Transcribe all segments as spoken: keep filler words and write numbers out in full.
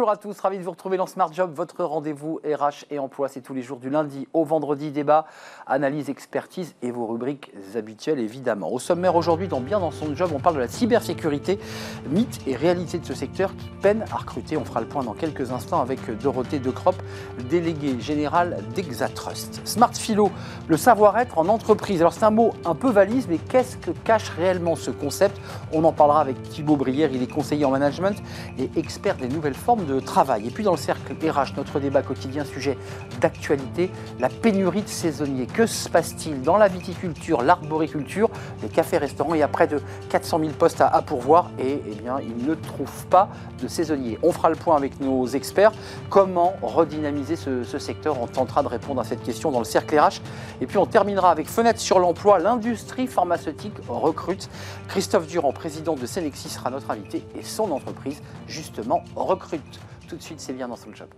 Bonjour à tous, ravi de vous retrouver dans Smart Job, votre rendez-vous R H et emploi. C'est tous les jours du lundi au vendredi, débat, analyse, expertise et vos rubriques habituelles évidemment. Au sommaire aujourd'hui, dans Bien dans son job, on parle de la cybersécurité, mythe et réalité de ce secteur qui peine à recruter. On fera le point dans quelques instants avec Dorothée Decropp, déléguée générale d'Exatrust. Smart Philo, le savoir-être en entreprise. Alors c'est un mot un peu valise, mais qu'est-ce que cache réellement ce concept? On en parlera avec Thibaut Brière, il est conseiller en management et expert des nouvelles formes de travail. Et puis dans le cercle R H, notre débat quotidien, sujet d'actualité, la pénurie de saisonniers. Que se passe-t-il dans la viticulture, l'arboriculture, les cafés-restaurants? Il y a près de quatre cent mille postes à, à pourvoir et eh bien, ils ne trouvent pas de saisonniers. On fera le point avec nos experts. Comment redynamiser ce, ce secteur? On tentera de répondre à cette question dans le cercle R H. Et puis on terminera avec Fenêtre sur l'emploi. L'industrie pharmaceutique recrute. Christophe Durand, président de Cenexi, sera notre invité et son entreprise, justement, recrute. Tout de suite, c'est bien dans son job.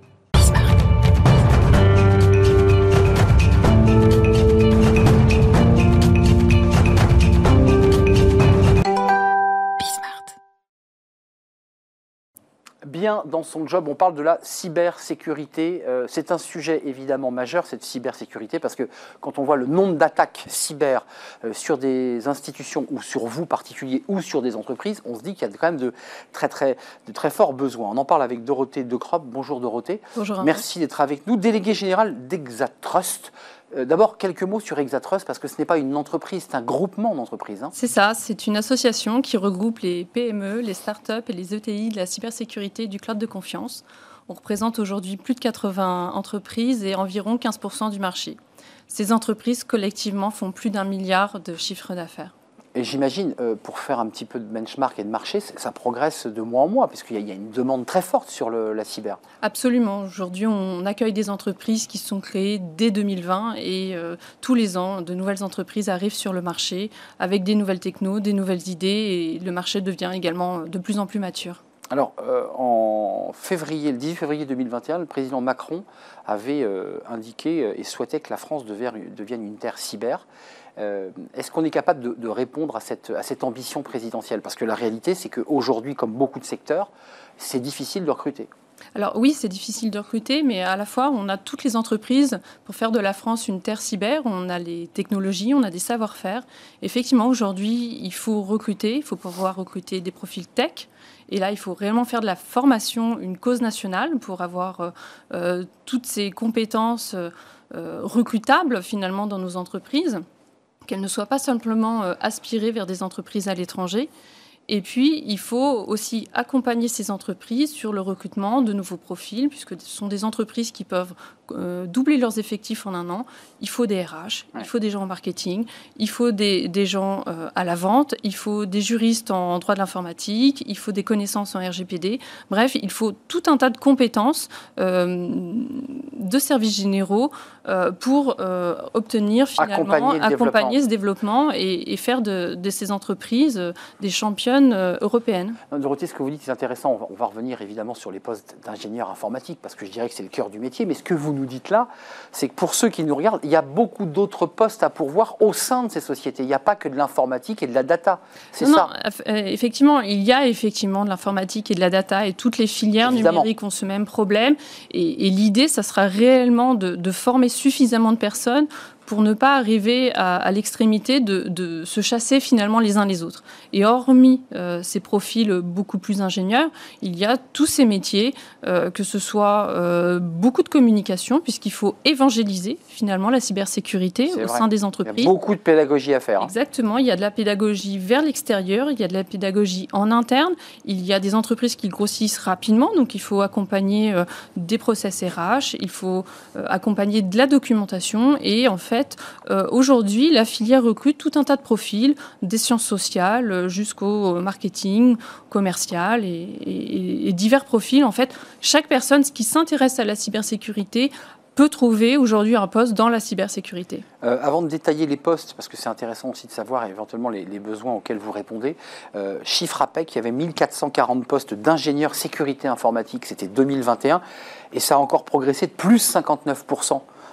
Bien dans son job, on parle de la cybersécurité. Euh, c'est un sujet évidemment majeur, cette cybersécurité, parce que quand on voit le nombre d'attaques cyber euh, sur des institutions ou sur vous particuliers ou sur des entreprises, on se dit qu'il y a quand même de très, très, de très forts besoins. On en parle avec Dorothée Decropp. Bonjour Dorothée. Bonjour. Merci d'être avec nous. Déléguée générale d'Exatrust. Euh, D'abord, quelques mots sur Exatrust, parce que ce n'est pas une entreprise, c'est un groupement d'entreprises. Hein. C'est ça, c'est une association qui regroupe les P M E, les start-up et les E T I de la cybersécurité et du cloud de confiance. On représente aujourd'hui plus de quatre-vingts entreprises et environ quinze pour cent du marché. Ces entreprises, collectivement, font plus d'un milliard de chiffre d'affaires. Et j'imagine, euh, pour faire un petit peu de benchmark et de marché, ça progresse de mois en mois, puisqu'il y, y a une demande très forte sur le, la cyber. Absolument. Aujourd'hui, on accueille des entreprises qui sont créées dès deux mille vingt et euh, tous les ans, de nouvelles entreprises arrivent sur le marché avec des nouvelles technos, des nouvelles idées et le marché devient également de plus en plus mature. Alors, euh, en février, le dix-huit février deux mille vingt et un, le président Macron avait euh, indiqué et souhaitait que la France devienne une terre cyber. Euh, Est-ce qu'on est capable de, de répondre à cette, à cette ambition présidentielle? Parce que la réalité, c'est qu'aujourd'hui, comme beaucoup de secteurs, c'est difficile de recruter. Alors oui, c'est difficile de recruter, mais à la fois, on a toutes les entreprises pour faire de la France une terre cyber. On a les technologies, on a des savoir-faire. Effectivement, aujourd'hui, il faut recruter, il faut pouvoir recruter des profils tech. Et là, il faut réellement faire de la formation une cause nationale pour avoir euh, euh, toutes ces compétences euh, recrutables, finalement, dans nos entreprises, qu'elles ne soient pas simplement euh, aspirées vers des entreprises à l'étranger. Et puis, il faut aussi accompagner ces entreprises sur le recrutement de nouveaux profils, puisque ce sont des entreprises qui peuvent euh, doubler leurs effectifs en un an. Il faut des R H, ouais. Il faut des gens en marketing, il faut des, des gens euh, à la vente, il faut des juristes en droit de l'informatique, il faut des connaissances en R G P D. Bref, il faut tout un tas de compétences euh, de services généraux euh, pour euh, obtenir finalement, accompagner, accompagner ce développement et, et faire de, de ces entreprises euh, des championnes européenne. Dorothée, ce que vous dites est intéressant. On va, on va revenir évidemment sur les postes d'ingénieur informatique parce que je dirais que c'est le cœur du métier. Mais ce que vous nous dites là, c'est que pour ceux qui nous regardent, il y a beaucoup d'autres postes à pourvoir au sein de ces sociétés. Il n'y a pas que de l'informatique et de la data. C'est ça. Non, effectivement, il y a effectivement de l'informatique et de la data et toutes les filières évidemment. numériques ont ce même problème. Et, et l'idée, ça sera réellement de, de former suffisamment de personnes pour ne pas arriver à, à l'extrémité de, de se chasser finalement les uns les autres. Et hormis euh, ces profils beaucoup plus ingénieurs, il y a tous ces métiers, euh, que ce soit euh, beaucoup de communication, puisqu'il faut évangéliser finalement la cybersécurité au vrai. sein des entreprises. Il y a beaucoup de pédagogie à faire. Exactement, il y a de la pédagogie vers l'extérieur, il y a de la pédagogie en interne, il y a des entreprises qui grossissent rapidement, donc il faut accompagner euh, des process R H, il faut euh, accompagner de la documentation et en fait, Euh, aujourd'hui, la filière recrute tout un tas de profils, des sciences sociales euh, jusqu'au marketing, commercial et, et, et divers profils. En fait, chaque personne qui s'intéresse à la cybersécurité peut trouver aujourd'hui un poste dans la cybersécurité. Euh, avant de détailler les postes, parce que c'est intéressant aussi de savoir éventuellement les, les besoins auxquels vous répondez, euh, chiffre A P E C, il y avait mille quatre cent quarante postes d'ingénieurs sécurité informatique, c'était deux mille vingt et un, et ça a encore progressé de plus cinquante-neuf pour cent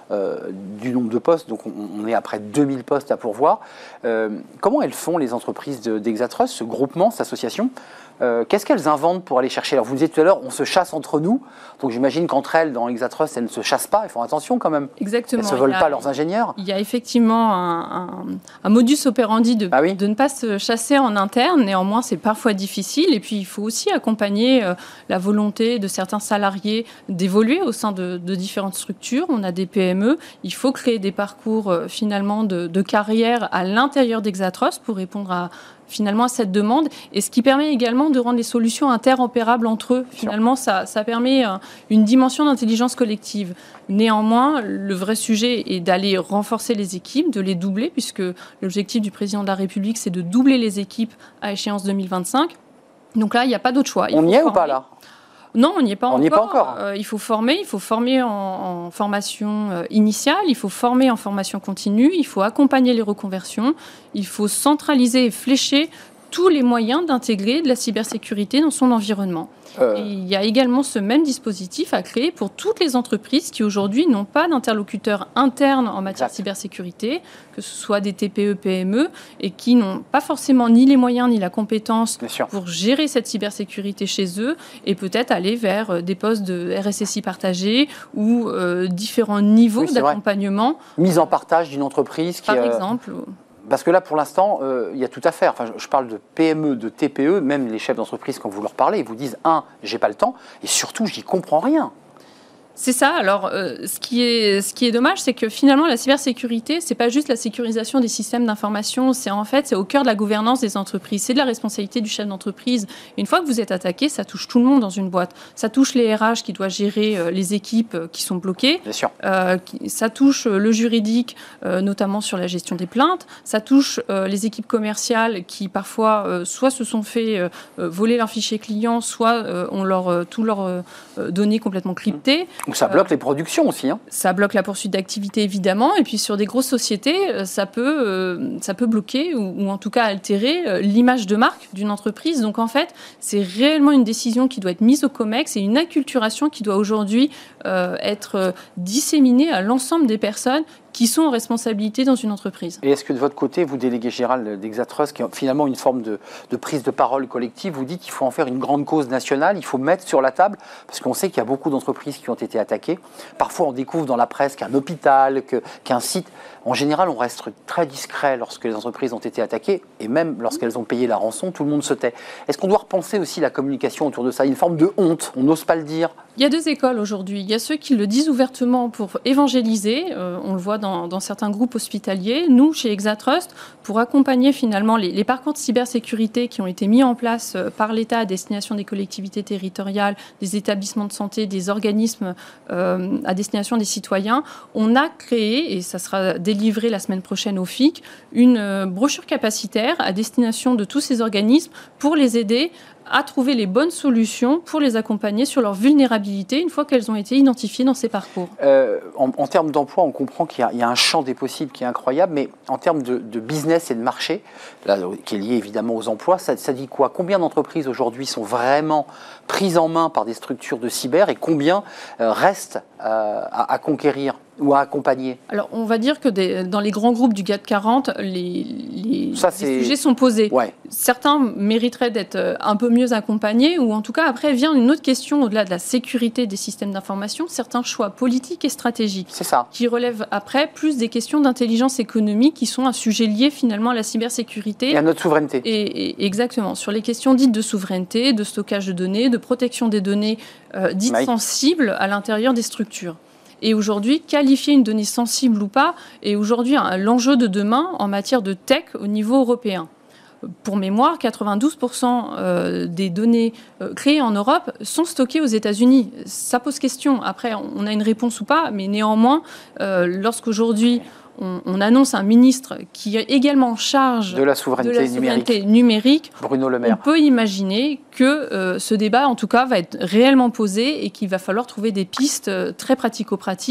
euh, du nombre de postes, donc on, on est à près de deux mille postes à pourvoir. Euh, comment elles font les entreprises de, d'Exatrust, ce groupement, cette association? Euh, Qu'est-ce qu'elles inventent pour aller chercher? Alors vous disiez tout à l'heure, on se chasse entre nous, donc j'imagine qu'entre elles, dans Exatrust, elles ne se chassent pas, elles font attention quand même. Exactement. Elles ne se volent a, pas leurs ingénieurs. Il y a effectivement un, un, un modus operandi de, ah oui. de ne pas se chasser en interne, néanmoins c'est parfois difficile, et puis il faut aussi accompagner euh, la volonté de certains salariés d'évoluer au sein de, de différentes structures. On a des P M E, il faut créer des parcours euh, finalement de, de carrière à l'intérieur d'Exatrust pour répondre à finalement à cette demande, et ce qui permet également de rendre les solutions interopérables entre eux. Finalement, ça, ça permet euh, une dimension d'intelligence collective. Néanmoins, le vrai sujet est d'aller renforcer les équipes, de les doubler, puisque l'objectif du président de la République, c'est de doubler les équipes à échéance deux mille vingt-cinq. Donc là, il n'y a pas d'autre choix. Il On y est former. ou pas là? Non, on n'y est pas on encore. N'y est pas encore. Euh, il faut former, il faut former en, en formation euh, initiale, il faut former en formation continue, il faut accompagner les reconversions, il faut centraliser et flécher tous les moyens d'intégrer de la cybersécurité dans son environnement. Euh... Et il y a également ce même dispositif à créer pour toutes les entreprises qui aujourd'hui n'ont pas d'interlocuteur interne en matière de cybersécurité, que ce soit des T P E, P M E, et qui n'ont pas forcément ni les moyens ni la compétence pour gérer cette cybersécurité chez eux, et peut-être aller vers des postes de R S S I partagés ou euh, différents niveaux oui, d'accompagnement. Mise en partage d'une entreprise qui... Par euh... exemple... Parce que là, pour l'instant, euh, il y a tout à faire. Enfin, je parle de P M E, de T P E, même les chefs d'entreprise, quand vous leur parlez, ils vous disent « un, j'ai pas le temps » et surtout, j'y comprends rien. C'est ça. Alors, euh, ce qui est, ce qui est dommage, c'est que finalement, la cybersécurité, c'est pas juste la sécurisation des systèmes d'information. C'est en fait, c'est au cœur de la gouvernance des entreprises. C'est de la responsabilité du chef d'entreprise. Et une fois que vous êtes attaqué, ça touche tout le monde dans une boîte. Ça touche les R H qui doivent gérer euh, les équipes euh, qui sont bloquées. Bien sûr. Euh, qui, ça touche euh, le juridique, euh, notamment sur la gestion des plaintes. Ça touche euh, les équipes commerciales qui parfois euh, soit se sont fait euh, voler leurs fichiers clients, soit euh, ont leur euh, tous leurs euh, données complètement cryptées. Donc ça bloque euh, les productions aussi. Hein. Ça bloque la poursuite d'activité, évidemment. Et puis sur des grosses sociétés, ça peut, euh, ça peut bloquer ou, ou en tout cas altérer euh, l'image de marque d'une entreprise. Donc en fait, c'est réellement une décision qui doit être mise au COMEX et une acculturation qui doit aujourd'hui euh, être euh, disséminée à l'ensemble des personnes qui sont en responsabilité dans une entreprise. Et est-ce que de votre côté, vous, délégué général d'Exatrust, qui est finalement une forme de, de prise de parole collective, vous dites qu'il faut en faire une grande cause nationale, il faut mettre sur la table, parce qu'on sait qu'il y a beaucoup d'entreprises qui ont été attaquées. Parfois, on découvre dans la presse qu'un hôpital, que, qu'un site... En général, on reste très discret lorsque les entreprises ont été attaquées, et même lorsqu'elles ont payé la rançon, tout le monde se tait. Est-ce qu'on doit repenser aussi la communication autour de ça? Une forme de honte, on n'ose pas le dire. Il y a deux écoles aujourd'hui. Il y a ceux qui le disent ouvertement pour évangéliser, euh, on le voit dans, dans certains groupes hospitaliers. Nous, chez Exatrust, pour accompagner finalement les, les parcours de cybersécurité qui ont été mis en place euh, par l'État à destination des collectivités territoriales, des établissements de santé, des organismes euh, à destination des citoyens, on a créé, et ça sera délivré la semaine prochaine au F I C, une euh, brochure capacitaire à destination de tous ces organismes pour les aider à trouver les bonnes solutions pour les accompagner sur leur vulnérabilité une fois qu'elles ont été identifiées dans ces parcours. Euh, en, en termes d'emploi, on comprend qu'il y a, il y a un champ des possibles qui est incroyable, mais en termes de, de business et de marché, là, qui est lié évidemment aux emplois, ça, ça dit quoi? Combien d'entreprises aujourd'hui sont vraiment prises en main par des structures de cyber et combien euh, restent euh, à, à conquérir ou à accompagner? Alors, on va dire que des, dans les grands groupes du G A C quarante, les, les, Ça, les sujets sont posés. Ouais. Certains mériteraient d'être un peu mieux accompagnés, ou en tout cas, après vient une autre question au-delà de la sécurité des systèmes d'information, certains choix politiques et stratégiques. C'est ça. Qui relèvent après plus des questions d'intelligence économique qui sont un sujet lié finalement à la cybersécurité. Et à notre souveraineté. Et, et exactement. Sur les questions dites de souveraineté, de stockage de données, de protection des données euh, dites Mike. sensibles à l'intérieur des structures. Et aujourd'hui, qualifier une donnée sensible ou pas est aujourd'hui un, l'enjeu de demain en matière de tech au niveau européen. Pour mémoire, quatre-vingt-douze pour cent euh, des données euh, créées en Europe sont stockées aux États-Unis. Ça pose question. Après, on a une réponse ou pas, mais néanmoins, euh, lorsqu'aujourd'hui on, on annonce un ministre qui est également en charge de la souveraineté, de la souveraineté numérique. numérique, Bruno Le Maire. On peut imaginer que euh, ce débat, en tout cas, va être réellement posé et qu'il va falloir trouver des pistes euh, très pratico-pratiques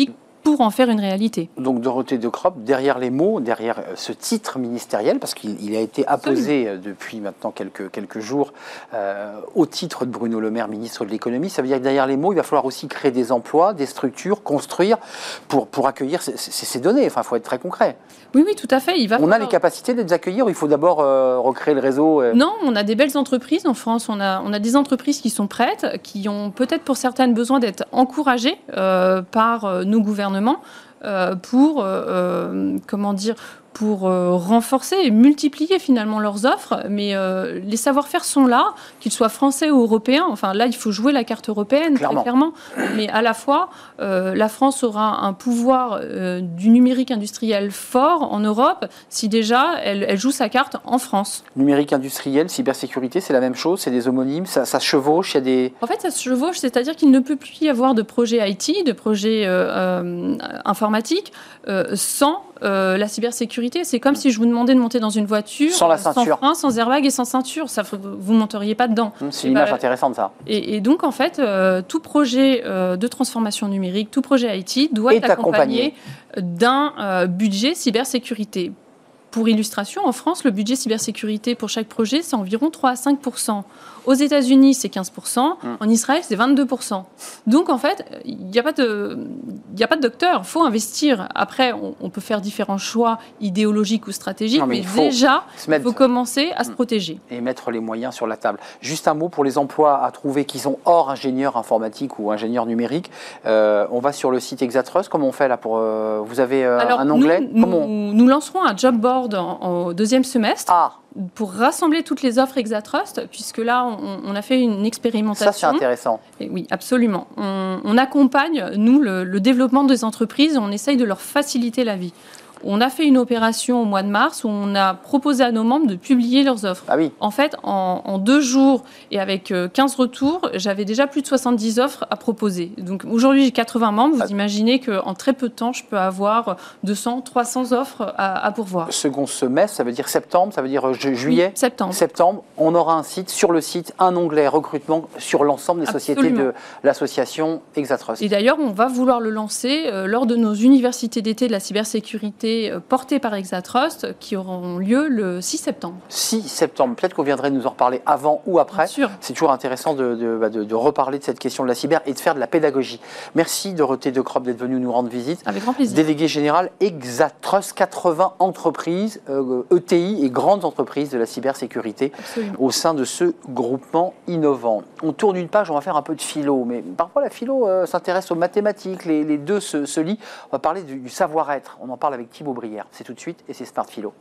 pour en faire une réalité. Donc Dorothée De Cropp, derrière les mots, derrière ce titre ministériel, parce qu'il il a été apposé Absolument. depuis maintenant quelques, quelques jours euh, au titre de Bruno Le Maire, ministre de l'économie, ça veut dire que derrière les mots, il va falloir aussi créer des emplois, des structures, construire pour, pour accueillir ces, ces, ces données. Enfin, il faut être très concret. Oui, oui, tout à fait. Il va on falloir... a les capacités de les accueillir ou il faut d'abord euh, recréer le réseau euh... Non, on a des belles entreprises en France. On a, on a des entreprises qui sont prêtes, qui ont peut-être pour certaines besoin d'être encouragées euh, par euh, nos gouvernements euh, pour, euh, comment dire, pour euh, renforcer et multiplier finalement leurs offres. Mais euh, les savoir-faire sont là, qu'ils soient français ou européens. Enfin, là, il faut jouer la carte européenne, clairement. Très clairement. Mais à la fois, euh, la France aura un pouvoir euh, du numérique industriel fort en Europe si déjà elle, elle joue sa carte en France. Numérique industriel, cybersécurité, c'est la même chose, c'est des homonymes, ça, ça se chevauche, il y a des... En fait, ça se chevauche, c'est-à-dire qu'il ne peut plus y avoir de projet I T, de projet euh, euh, informatique, euh, sans euh, la cybersécurité. C'est comme si je vous demandais de monter dans une voiture sans la ceinture, sans frein, sans airbag et sans ceinture. Ça, vous ne monteriez pas dedans. C'est une image bah, intéressante, ça. Et, et donc, en fait, euh, tout projet euh, de transformation numérique, tout projet I T doit être accompagné, accompagné d'un euh, budget cybersécurité. Pour illustration, en France, le budget cybersécurité pour chaque projet, c'est environ trois à cinq pour cent. Aux États-Unis, c'est quinze pour cent. Mmh. En Israël, c'est vingt-deux pour cent. Donc, en fait, il n'y a pas de, il n'y a pas de docteur. Il faut investir. Après, on, on peut faire différents choix idéologiques ou stratégiques, non, mais, mais il déjà, il mettre... faut commencer à mmh. se protéger. Et mettre les moyens sur la table. Juste un mot pour les emplois à trouver qui sont hors ingénieur informatique ou ingénieur numérique. Euh, on va sur le site Exatrust. Comment on fait là pour, euh, vous avez euh, Alors, un onglet nous, Comment nous, on... nous lancerons un job board en, en deuxième semestre. Ah. Pour rassembler toutes les offres Exatrust, puisque là, on, on a fait une expérimentation. Ça, c'est intéressant. Et oui, absolument. On, on accompagne, nous, le, le développement des entreprises, on essaye de leur faciliter la vie. On a fait une opération au mois de mars où on a proposé à nos membres de publier leurs offres. Ah oui. En fait, en, en deux jours et avec quinze retours, j'avais déjà plus de soixante-dix offres à proposer. Donc aujourd'hui, j'ai quatre-vingts membres. Vous ah. imaginez qu'en très peu de temps, je peux avoir deux cents, trois cents offres à, à pourvoir. Second semestre, ça veut dire septembre, ça veut dire ju- juillet oui, septembre. Septembre, on aura un site, sur le site, un onglet recrutement sur l'ensemble des Absolument. sociétés de l'association Exatrust. Et d'ailleurs, on va vouloir le lancer euh, lors de nos universités d'été de la cybersécurité portés par Exatrust qui auront lieu le six septembre. six septembre, peut-être qu'on viendrait nous en reparler avant ou après. Bien sûr. C'est toujours intéressant de, de, de, de reparler de cette question de la cyber et de faire de la pédagogie. Merci Dorothée De Cropp d'être venue nous rendre visite. Avec grand plaisir. Déléguée générale Exatrust, quatre-vingts entreprises, euh, E T I et grandes entreprises de la cybersécurité Absolument. Au sein de ce groupement innovant. On tourne une page, on va faire un peu de philo, mais parfois la philo euh, s'intéresse aux mathématiques, les, les deux se, se lient. On va parler du, du savoir-être, on en parle avec Thibaut Brière. C'est tout de suite et c'est Smart Philo.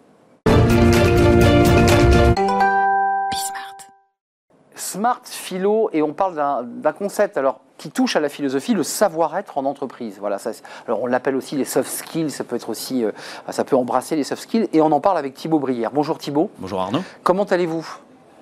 Smart Philo, et on parle d'un, d'un concept alors, qui touche à la philosophie, le savoir-être en entreprise. Voilà, ça, alors on l'appelle aussi les soft skills, ça peut être aussi, euh, ça peut embrasser les soft skills, et on en parle avec Thibaut Brière. Bonjour Thibaut. Bonjour Arnaud. Comment allez-vous ? Bien ?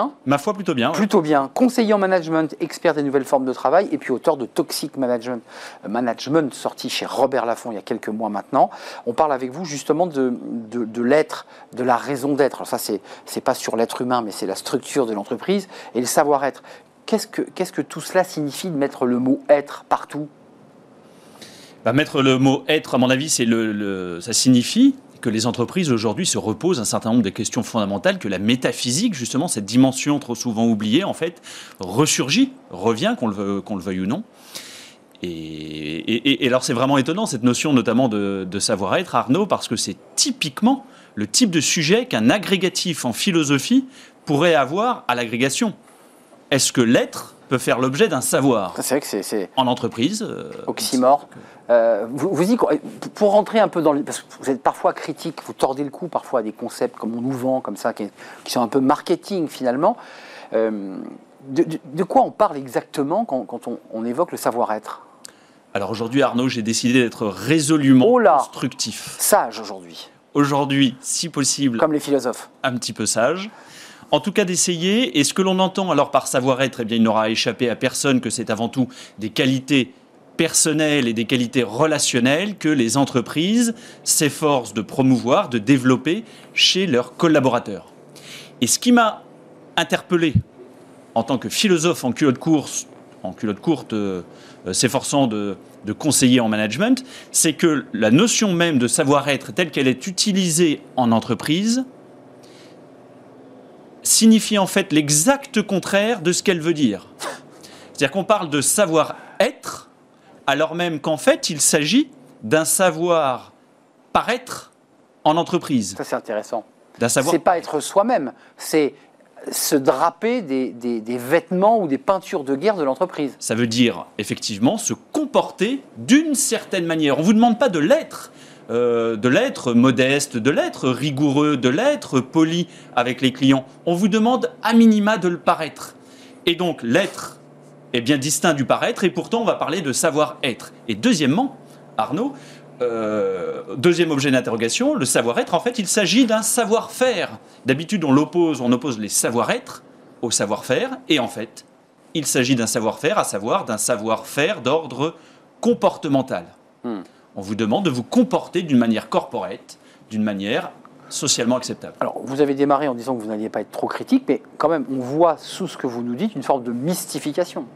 Ma foi, plutôt bien. Plutôt ouais. bien. Conseiller en management, expert des nouvelles formes de travail et puis auteur de Toxic Management, Management sorti chez Robert Laffont il y a quelques mois maintenant. On parle avec vous justement de, de, de l'être, de la raison d'être. Alors ça, c'est, c'est pas sur l'être humain, mais c'est la structure de l'entreprise et le savoir-être. Qu'est-ce que, qu'est-ce que tout cela signifie de mettre le mot « être » partout ? Bah, mettre le mot « être », à mon avis, c'est le, le, ça signifie que les entreprises aujourd'hui se reposent un certain nombre de questions fondamentales, que la métaphysique, justement, cette dimension trop souvent oubliée, en fait, ressurgit, revient, qu'on le, qu'on le veuille ou non. Et, et, et alors c'est vraiment étonnant, cette notion notamment de, de savoir-être, Arnaud, parce que c'est typiquement le type de sujet qu'un agrégatif en philosophie pourrait avoir à l'agrégation. Est-ce que l'être peut faire l'objet d'un savoir ? C'est vrai que c'est... c'est... En entreprise. Euh, Oxymore. Euh, vous, vous y, pour rentrer un peu dans le... Parce que vous êtes parfois critique, vous tordez le cou parfois à des concepts comme on nous vend, comme ça, qui, qui sont un peu marketing finalement. Euh, de, de, de quoi on parle exactement quand, quand on, on évoque le savoir-être ? Alors aujourd'hui, Arnaud, j'ai décidé d'être résolument oh là, constructif. Sage aujourd'hui. Aujourd'hui, si possible... Comme les philosophes. Un petit peu sage. En tout cas, d'essayer. Et ce que l'on entend alors par savoir-être, eh bien, il n'aura échappé à personne que c'est avant tout des qualités personnelles et des qualités relationnelles que les entreprises s'efforcent de promouvoir, de développer chez leurs collaborateurs. Et ce qui m'a interpellé en tant que philosophe en culotte course en culotte courte, euh, s'efforçant de, de conseiller en management, c'est que la notion même de savoir-être telle qu'elle est utilisée en entreprise signifie en fait l'exact contraire de ce qu'elle veut dire. C'est-à-dire qu'on parle de savoir-être, alors même qu'en fait, il s'agit d'un savoir-paraître en entreprise. Ça, c'est intéressant. D'un savoir... C'est pas être soi-même, c'est se draper des, des, des vêtements ou des peintures de guerre de l'entreprise. Ça veut dire, effectivement, se comporter d'une certaine manière. On ne vous demande pas de l'être, euh, de l'être modeste, de l'être rigoureux, de l'être poli avec les clients. On vous demande, à minima, de le paraître. Et donc, l'être est bien distinct du paraître, et pourtant, on va parler de savoir-être. Et deuxièmement, Arnaud, Euh, deuxième objet d'interrogation, le savoir-être, en fait, il s'agit d'un savoir-faire. D'habitude, on l'oppose, on oppose les savoir-être au savoir-faire, et en fait, il s'agit d'un savoir-faire, à savoir d'un savoir-faire d'ordre comportemental. Hmm. On vous demande de vous comporter d'une manière corporate, d'une manière socialement acceptable. Alors, vous avez démarré en disant que vous n'alliez pas être trop critique, mais quand même, on voit sous ce que vous nous dites une forme de mystification.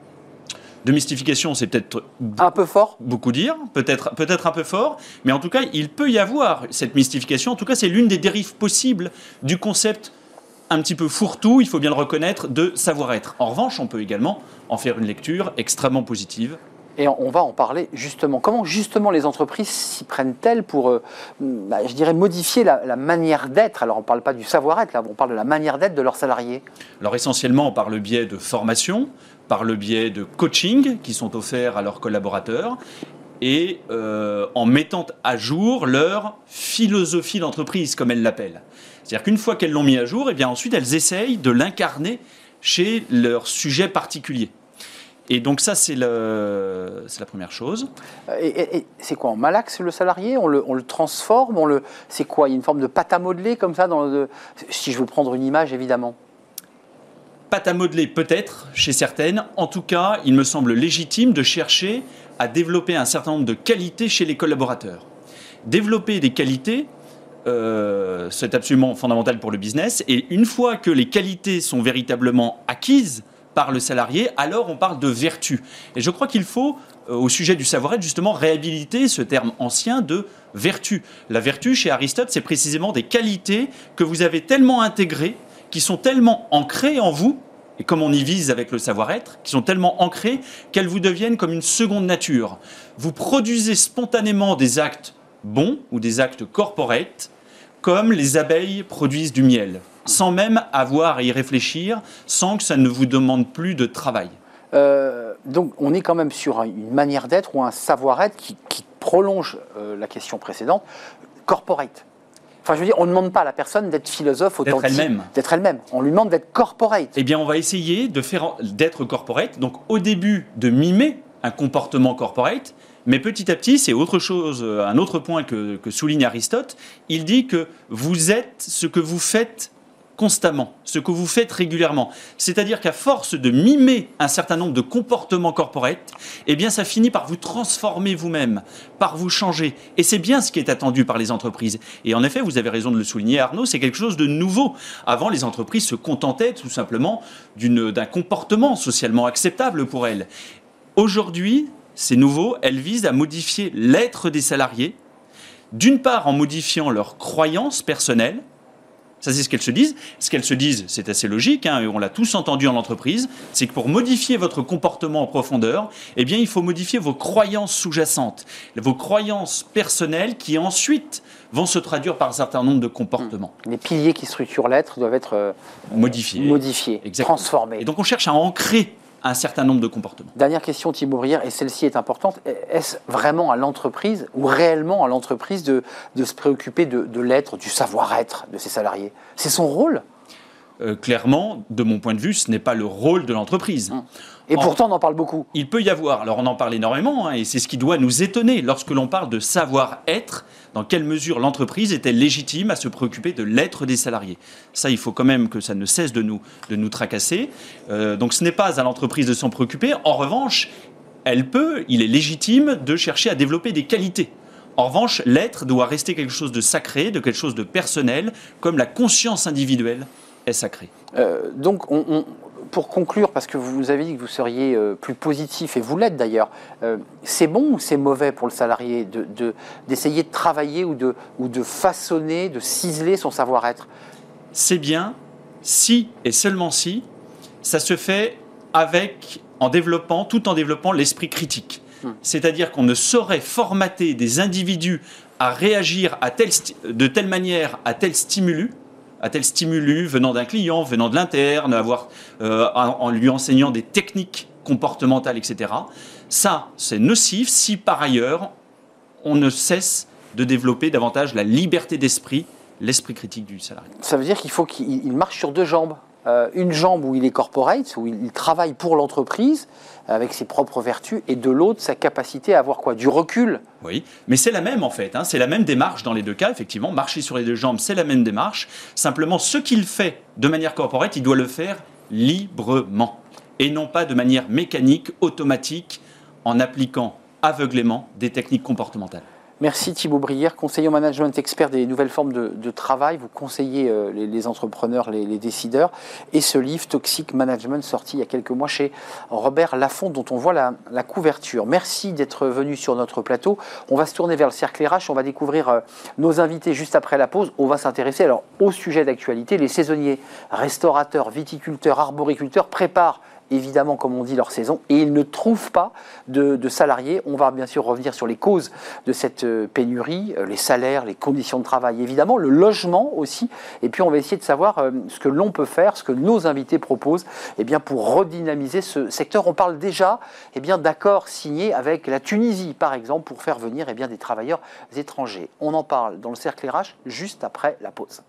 De mystification, c'est peut-être un peu fort, beaucoup dire, peut-être, peut-être un peu fort, mais en tout cas, il peut y avoir cette mystification. En tout cas, c'est l'une des dérives possibles du concept un petit peu fourre-tout, il faut bien le reconnaître, de savoir-être. En revanche, on peut également en faire une lecture extrêmement positive. Et on va en parler justement. Comment justement les entreprises s'y prennent-elles pour, euh, bah, je dirais, modifier la, la manière d'être? Alors on ne parle pas du savoir-être, là, on parle de la manière d'être de leurs salariés. Alors essentiellement par le biais de formation, par le biais de coaching qui sont offerts à leurs collaborateurs et euh, en mettant à jour leur philosophie d'entreprise, comme elles l'appellent. C'est-à-dire qu'une fois qu'elles l'ont mis à jour, et bien ensuite elles essayent de l'incarner chez leur sujet particulier. Et donc ça, c'est, le, c'est la première chose. Et, et, et c'est quoi, on malaxe le salarié, on le, on le transforme, on le, c'est quoi, il y a une forme de pâte à modeler comme ça dans le, si je veux prendre une image, évidemment. Pâte à modeler peut-être chez certaines. En tout cas, il me semble légitime de chercher à développer un certain nombre de qualités chez les collaborateurs. Développer des qualités, euh, c'est absolument fondamental pour le business. Et une fois que les qualités sont véritablement acquises par le salarié, alors on parle de vertu. Et je crois qu'il faut, euh, au sujet du savoir-être, justement réhabiliter ce terme ancien de vertu. La vertu, chez Aristote, c'est précisément des qualités que vous avez tellement intégrées, qui sont tellement ancrées en vous, et comme on y vise avec le savoir-être, qui sont tellement ancrées qu'elles vous deviennent comme une seconde nature. Vous produisez spontanément des actes bons ou des actes corporate, comme les abeilles produisent du miel, sans même avoir à y réfléchir, sans que ça ne vous demande plus de travail. Euh, donc on est quand même sur une manière d'être ou un savoir-être qui, qui prolonge euh, la question précédente, corporate. Enfin, je veux dire, on ne demande pas à la personne d'être philosophe authentique, d'être elle-même. D'être elle-même. On lui demande d'être corporate. Eh bien, on va essayer de faire, d'être corporate. Donc, au début, de mimer un comportement corporate. Mais petit à petit, c'est autre chose, un autre point que, que souligne Aristote. Il dit que vous êtes ce que vous faites constamment, ce que vous faites régulièrement. C'est-à-dire qu'à force de mimer un certain nombre de comportements corporate, eh bien, ça finit par vous transformer vous-même, par vous changer. Et c'est bien ce qui est attendu par les entreprises. Et en effet, vous avez raison de le souligner, Arnaud, c'est quelque chose de nouveau. Avant, les entreprises se contentaient tout simplement d'une, d'un comportement socialement acceptable pour elles. Aujourd'hui, c'est nouveau, elles visent à modifier l'être des salariés, d'une part en modifiant leurs croyances personnelles. Ça, c'est ce qu'elles se disent. Ce qu'elles se disent, c'est assez logique, hein, et on l'a tous entendu en entreprise, c'est que pour modifier votre comportement en profondeur, eh bien, il faut modifier vos croyances sous-jacentes, vos croyances personnelles qui ensuite vont se traduire par un certain nombre de comportements. Les piliers qui structurent l'être doivent être euh, modifiés, modifiés transformés. Et donc, on cherche à ancrer un certain nombre de comportements. Dernière question, Thibaut Brière, et celle-ci est importante. Est-ce vraiment à l'entreprise, ou réellement à l'entreprise, de, de se préoccuper de, de l'être, du savoir-être de ses salariés? C'est son rôle? euh, Clairement, de mon point de vue, ce n'est pas le rôle de l'entreprise. Hum. Et en, pourtant, on en parle beaucoup. Il peut y avoir, alors on en parle énormément, hein, et c'est ce qui doit nous étonner lorsque l'on parle de savoir-être, dans quelle mesure l'entreprise est-elle légitime à se préoccuper de l'être des salariés. Ça, il faut quand même que ça ne cesse de nous, de nous tracasser. Euh, donc ce n'est pas à l'entreprise de s'en préoccuper. En revanche, elle peut, il est légitime de chercher à développer des qualités. En revanche, l'être doit rester quelque chose de sacré, de quelque chose de personnel, comme la conscience individuelle est sacrée. Euh, donc, on... on... pour conclure, parce que vous nous avez dit que vous seriez euh, plus positif, et vous l'êtes d'ailleurs, euh, c'est bon ou c'est mauvais pour le salarié de, de, d'essayer de travailler ou de, ou de façonner, de ciseler son savoir-être? C'est bien si, et seulement si, ça se fait avec, en développant, tout en développant l'esprit critique. Hum. C'est-à-dire qu'on ne saurait formater des individus à réagir à tel, de telle manière à tel stimulus, à tel stimulus venant d'un client, venant de l'interne, avoir, euh, en, en lui enseignant des techniques comportementales, et cetera. Ça, c'est nocif si par ailleurs, on ne cesse de développer davantage la liberté d'esprit, l'esprit critique du salarié. Ça veut dire qu'il faut qu'il marche sur deux jambes. Euh, une jambe où il est corporate, où il travaille pour l'entreprise, avec ses propres vertus, et de l'autre, sa capacité à avoir quoi? Du recul. Oui, mais c'est la même en fait, hein. C'est la même démarche dans les deux cas, effectivement. Marcher sur les deux jambes, c'est la même démarche. Simplement, ce qu'il fait de manière corporate, il doit le faire librement, et non pas de manière mécanique, automatique, en appliquant aveuglément des techniques comportementales. Merci Thibaut Brière, conseiller en management, expert des nouvelles formes de, de travail. Vous conseillez euh, les, les entrepreneurs, les, les décideurs. Et ce livre, Toxic Management, sorti il y a quelques mois chez Robert Laffont, dont on voit la, la couverture. Merci d'être venu sur notre plateau. On va se tourner vers le cercle R H. On va découvrir euh, nos invités juste après la pause. On va s'intéresser alors au sujet d'actualité. Les saisonniers, restaurateurs, viticulteurs, arboriculteurs préparent évidemment, comme on dit, leur saison, et ils ne trouvent pas de, de salariés. On va bien sûr revenir sur les causes de cette pénurie, les salaires, les conditions de travail, évidemment, le logement aussi, et puis on va essayer de savoir euh, ce que l'on peut faire, ce que nos invités proposent, eh bien, pour redynamiser ce secteur. On parle déjà eh bien, d'accords signés avec la Tunisie, par exemple, pour faire venir eh bien, des travailleurs étrangers. On en parle dans le cercle R H juste après la pause.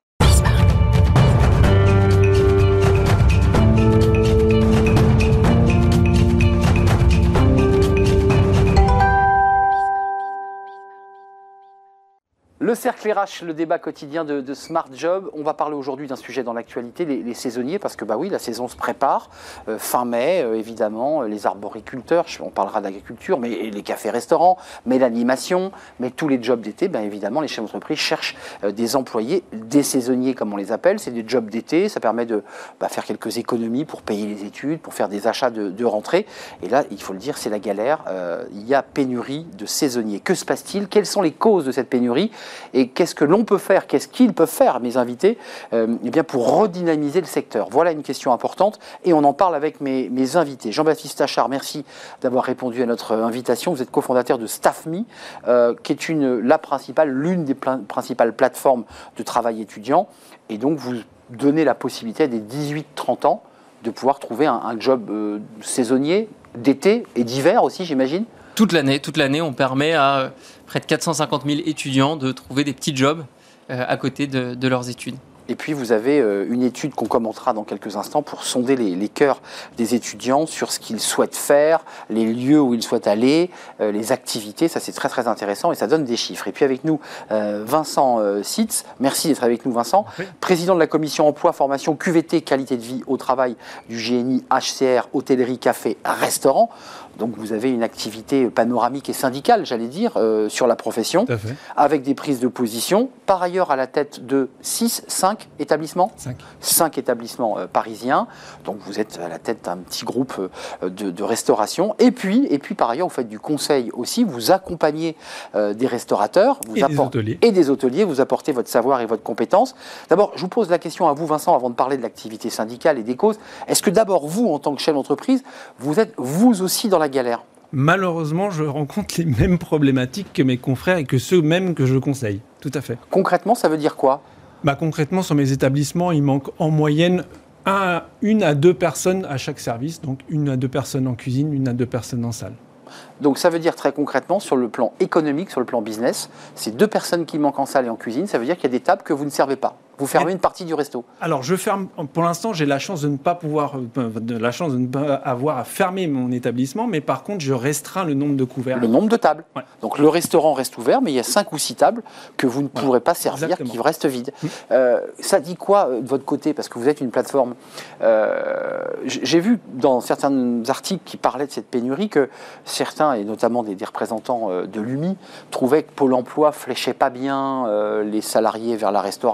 Le cercle R H, le débat quotidien de, de Smart Job. On va parler aujourd'hui d'un sujet dans l'actualité, les, les saisonniers, parce que bah oui, la saison se prépare. Euh, fin mai, euh, évidemment, les arboriculteurs, on parlera d'agriculture, mais les cafés-restaurants, mais l'animation, mais tous les jobs d'été, ben évidemment, les chefs d'entreprise cherchent euh, des employés, des saisonniers comme on les appelle. C'est des jobs d'été, ça permet de bah, faire quelques économies pour payer les études, pour faire des achats de, de rentrée. Et là, il faut le dire, c'est la galère. Euh, il y a pénurie de saisonniers. Que se passe-t-il? Quelles sont les causes de cette pénurie? Et qu'est-ce que l'on peut faire, qu'est-ce qu'ils peuvent faire, mes invités, euh, eh bien pour redynamiser le secteur? Voilà une question importante et on en parle avec mes, mes invités. Jean-Baptiste Achard, merci d'avoir répondu à notre invitation. Vous êtes cofondateur de StaffMe, euh, qui est une, la principale, l'une des pla- principales plateformes de travail étudiant. Et donc vous donnez la possibilité à des dix-huit trente ans de pouvoir trouver un, un job euh, saisonnier, d'été et d'hiver aussi, j'imagine. Toute l'année, toute l'année, on permet à près de quatre cent cinquante mille étudiants de trouver des petits jobs euh, à côté de, de leurs études. Et puis vous avez euh, une étude qu'on commentera dans quelques instants pour sonder les, les cœurs des étudiants sur ce qu'ils souhaitent faire, les lieux où ils souhaitent aller, euh, les activités. Ça c'est très très intéressant et ça donne des chiffres. Et puis avec nous, euh, Vincent euh, Sitz. Merci d'être avec nous Vincent. Oui. Président de la commission emploi, formation, Q V T, qualité de vie au travail du G N I, H C R, hôtellerie, café, restaurant. Donc vous avez une activité panoramique et syndicale, j'allais dire, euh, sur la profession, avec des prises de position. Par ailleurs, à la tête de six, cinq établissements, cinq établissements euh, parisiens. Donc vous êtes à la tête d'un petit groupe euh, de, de restauration. Et puis, et puis, par ailleurs, vous faites du conseil aussi. Vous accompagnez euh, des restaurateurs vous et, apport- des hôteliers. et des hôteliers. Vous apportez votre savoir et votre compétence. D'abord, je vous pose la question à vous, Vincent, avant de parler de l'activité syndicale et des causes. Est-ce que d'abord, vous, en tant que chef d'entreprise, vous êtes vous aussi dans la galère? Malheureusement, je rencontre les mêmes problématiques que mes confrères et que ceux mêmes que je conseille. Tout à fait. Concrètement, ça veut dire quoi? Bah, concrètement, sur mes établissements, il manque en moyenne un, une à deux personnes à chaque service. Donc une à deux personnes en cuisine, une à deux personnes en salle. Donc ça veut dire très concrètement, sur le plan économique, sur le plan business, c'est deux personnes qui manquent en salle et en cuisine. Ça veut dire qu'il y a des tables que vous ne servez pas. Vous fermez une partie du resto. Alors, je ferme. Pour l'instant, j'ai la chance de ne pas pouvoir, de la chance de ne pas avoir à fermer mon établissement, mais par contre, je restreins le nombre de couverts. Le nombre de tables. Ouais. Donc, le restaurant reste ouvert, mais il y a cinq ou six tables que vous ne voilà. pourrez pas servir, Exactement. qui restent vides. Mmh. Euh, ça dit quoi de votre côté? Parce que vous êtes une plateforme. Euh, j'ai vu dans certains articles qui parlaient de cette pénurie que certains, et notamment des, des représentants de l'U M I, trouvaient que Pôle emploi fléchait pas bien euh, les salariés vers la restauration,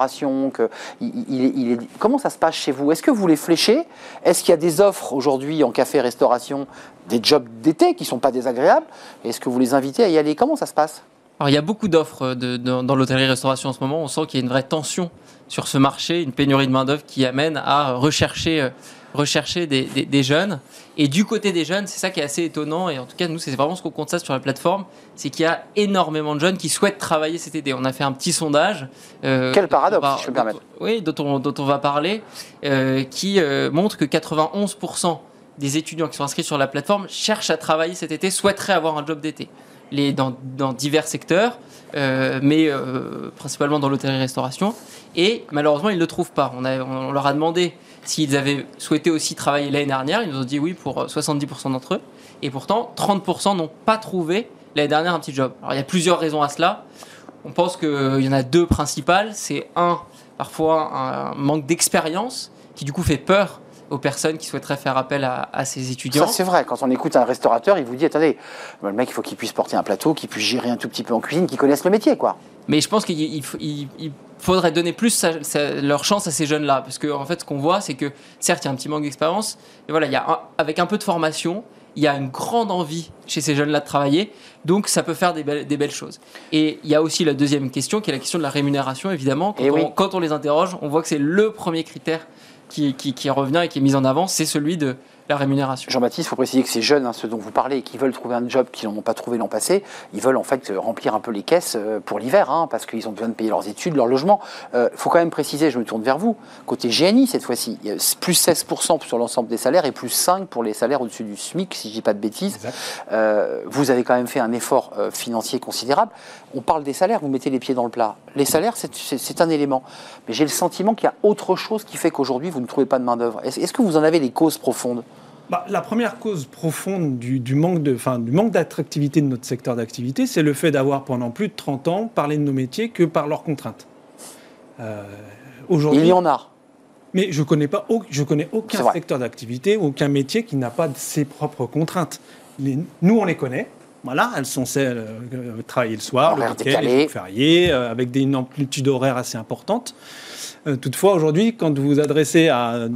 donc euh, il, il est, il est... Comment ça se passe chez vous? Est-ce que vous les fléchez? Est-ce qu'il y a des offres aujourd'hui en café-restauration, des jobs d'été qui ne sont pas désagréables? Est-ce que vous les invitez à y aller? Comment ça se passe? Alors, il y a beaucoup d'offres de, de, dans l'hôtellerie-restauration en ce moment. On sent qu'il y a une vraie tension sur ce marché, une pénurie de main-d'œuvre qui amène à rechercher, euh, rechercher des, des, des jeunes. Et du côté des jeunes, c'est ça qui est assez étonnant. Et en tout cas, nous, c'est vraiment ce qu'on constate sur la plateforme, c'est qu'il y a énormément de jeunes qui souhaitent travailler cet été. On a fait un petit sondage. Euh, Quel paradoxe, va, si je peux me permettre. Oui, dont on, dont on va parler, euh, qui euh, montre que quatre-vingt-onze pour cent des étudiants qui sont inscrits sur la plateforme cherchent à travailler cet été, souhaiteraient avoir un job d'été. Les, dans, dans divers secteurs, euh, mais euh, principalement dans l'hôtellerie-restauration. Et malheureusement, ils ne le trouvent pas. On, a, on leur a demandé s'ils avaient souhaité aussi travailler l'année dernière. Ils nous ont dit oui pour soixante-dix pour cent d'entre eux. Et pourtant, trente pour cent n'ont pas trouvé l'année dernière un petit job. Alors, il y a plusieurs raisons à cela. On pense qu'il y en a deux principales. C'est un, parfois, un manque d'expérience qui du coup fait peur aux personnes qui souhaiteraient faire appel à, à ces étudiants. Ça, c'est vrai. Quand on écoute un restaurateur, il vous dit, attendez, le mec, il faut qu'il puisse porter un plateau, qu'il puisse gérer un tout petit peu en cuisine, qu'il connaisse le métier, quoi. Mais je pense qu'il il, il, il faudrait donner plus sa, sa, leur chance à ces jeunes-là. Parce qu'en en fait, ce qu'on voit, c'est que, certes, il y a un petit manque d'expérience, mais voilà, il y a un, avec un peu de formation, il y a une grande envie chez ces jeunes-là de travailler, donc ça peut faire des belles, des belles choses. Et il y a aussi la deuxième question, qui est la question de la rémunération, évidemment. Quand, on, oui. quand on les interroge, on voit que c'est le premier critère Qui, qui, qui revient et qui est mis en avant, c'est celui de la rémunération. Jean-Baptiste, il faut préciser que ces jeunes, hein, ceux dont vous parlez, qui veulent trouver un job qu'ils n'ont pas trouvé l'an passé, ils veulent en fait remplir un peu les caisses pour l'hiver, hein, parce qu'ils ont besoin de payer leurs études, leur logement. Il euh, faut quand même préciser, je me tourne vers vous, côté G N I cette fois-ci, il y a plus seize pour cent sur l'ensemble des salaires et plus cinq pour cent pour les salaires au-dessus du SMIC, si je ne dis pas de bêtises. Euh, vous avez quand même fait un effort euh, financier considérable. On parle des salaires, vous mettez les pieds dans le plat. Les salaires, c'est, c'est, c'est un élément. Mais j'ai le sentiment qu'il y a autre chose qui fait qu'aujourd'hui, vous ne trouvez pas de main-d'œuvre. Est-ce, est-ce que vous en avez les causes profondes ? Bah, la première cause profonde du, du, manque de, enfin, du manque d'attractivité de notre secteur d'activité, c'est le fait d'avoir pendant plus de trente ans parlé de nos métiers que par leurs contraintes. Euh, aujourd'hui, il y en a. Mais je connais pas, je connais aucun secteur d'activité, aucun métier qui n'a pas ses propres contraintes. Les, nous, on les connaît. Voilà, elles sont celles euh, travailler le soir, le week-end, les jours fériés, euh, avec des, une amplitude horaire assez importante. Euh, toutefois, aujourd'hui, quand vous vous adressez à euh,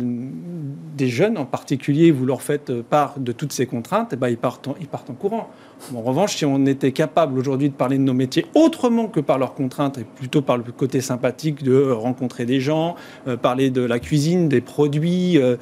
des jeunes en particulier, vous leur faites part de toutes ces contraintes, eh ben, ils, partent en, ils partent en courant. En revanche, si on était capable aujourd'hui de parler de nos métiers autrement que par leurs contraintes, et plutôt par le côté sympathique de rencontrer des gens, euh, parler de la cuisine, des produits... Euh,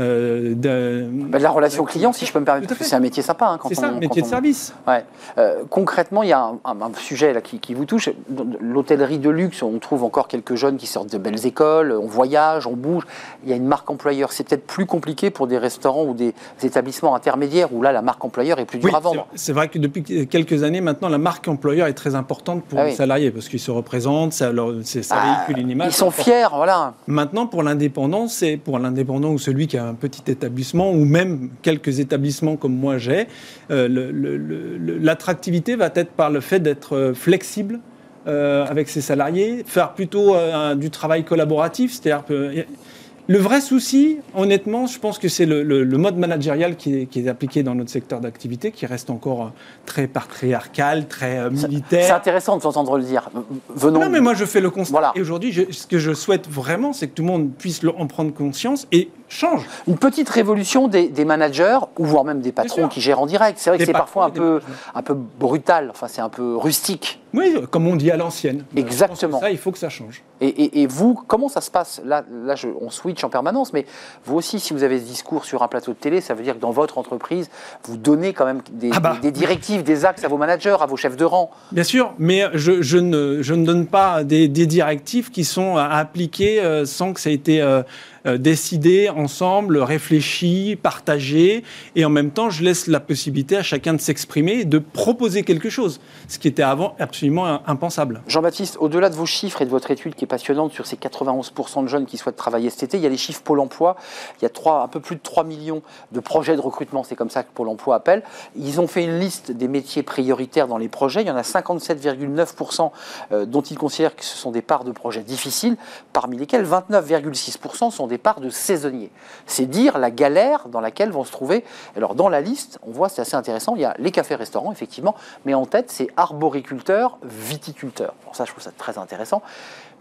de, bah, de la relation client, si je peux me permettre, parce que c'est un métier sympa. Hein, quand c'est on, ça, un métier on... de service. Ouais. Euh, concrètement, il y a un, un, un sujet là, qui, qui vous touche. L'hôtellerie de luxe, on trouve encore quelques jeunes qui sortent de belles écoles, on voyage, on bouge. Il y a une marque employeur. C'est peut-être plus compliqué pour des restaurants ou des établissements intermédiaires où là, la marque employeur est plus dure oui, à vendre. C'est, c'est vrai que depuis quelques années, maintenant, la marque employeur est très importante pour ah les oui. salariés parce qu'ils se représentent, ça, leur, ça ah, véhicule une image. Ils sont fiers, voilà. Maintenant, pour l'indépendant, c'est pour l'indépendant ou celui qui a un petit établissement ou même quelques établissements comme moi j'ai, euh, le, le, le, l'attractivité va être par le fait d'être flexible euh, avec ses salariés, faire plutôt euh, du travail collaboratif, c'est-à-dire que le vrai souci, honnêtement, je pense que c'est le, le, le mode managérial qui est, qui est appliqué dans notre secteur d'activité, qui reste encore très patriarcal, très militaire. C'est intéressant de s'entendre le dire. Venons. Non, mais moi, je fais le constat. Voilà. Et aujourd'hui, je, ce que je souhaite vraiment, c'est que tout le monde puisse en prendre conscience et change. Une petite révolution des, des managers, ou voire même des patrons qui gèrent en direct. C'est vrai que des c'est parfois un peu, un peu brutal, enfin, c'est un peu rustique. Oui, comme on dit à l'ancienne. Exactement. Ça, il faut que ça change. Et, et, et vous, comment ça se passe ? Là, là je, on switch en permanence, mais vous aussi, si vous avez ce discours sur un plateau de télé, ça veut dire que dans votre entreprise, vous donnez quand même des, ah bah, des, des directives, des axes à vos managers, à vos chefs de rang. Bien sûr, mais je, je, ne, je ne donne pas des, des directives qui sont à appliquer euh, sans que ça ait été euh, euh, décidé ensemble, réfléchi, partagé, et en même temps, je laisse la possibilité à chacun de s'exprimer et de proposer quelque chose, ce qui était avant absolument impensable. Jean-Baptiste, au-delà de vos chiffres et de votre étude qui est passionnante sur ces quatre-vingt-onze pour cent de jeunes qui souhaitent travailler cet été, il y a les chiffres Pôle emploi. Il y a trois, un peu plus de trois millions de projets de recrutement, c'est comme ça que Pôle emploi appelle. Ils ont fait une liste des métiers prioritaires dans les projets. Il y en a cinquante-sept virgule neuf pour cent dont ils considèrent que ce sont des parts de projets difficiles, parmi lesquels vingt-neuf virgule six pour cent sont des parts de saisonniers. C'est dire la galère dans laquelle vont se trouver. Alors dans la liste, on voit, c'est assez intéressant, il y a les cafés-restaurants, effectivement, mais en tête, c'est arboriculteurs, viticulteurs. Alors ça, je trouve ça très intéressant.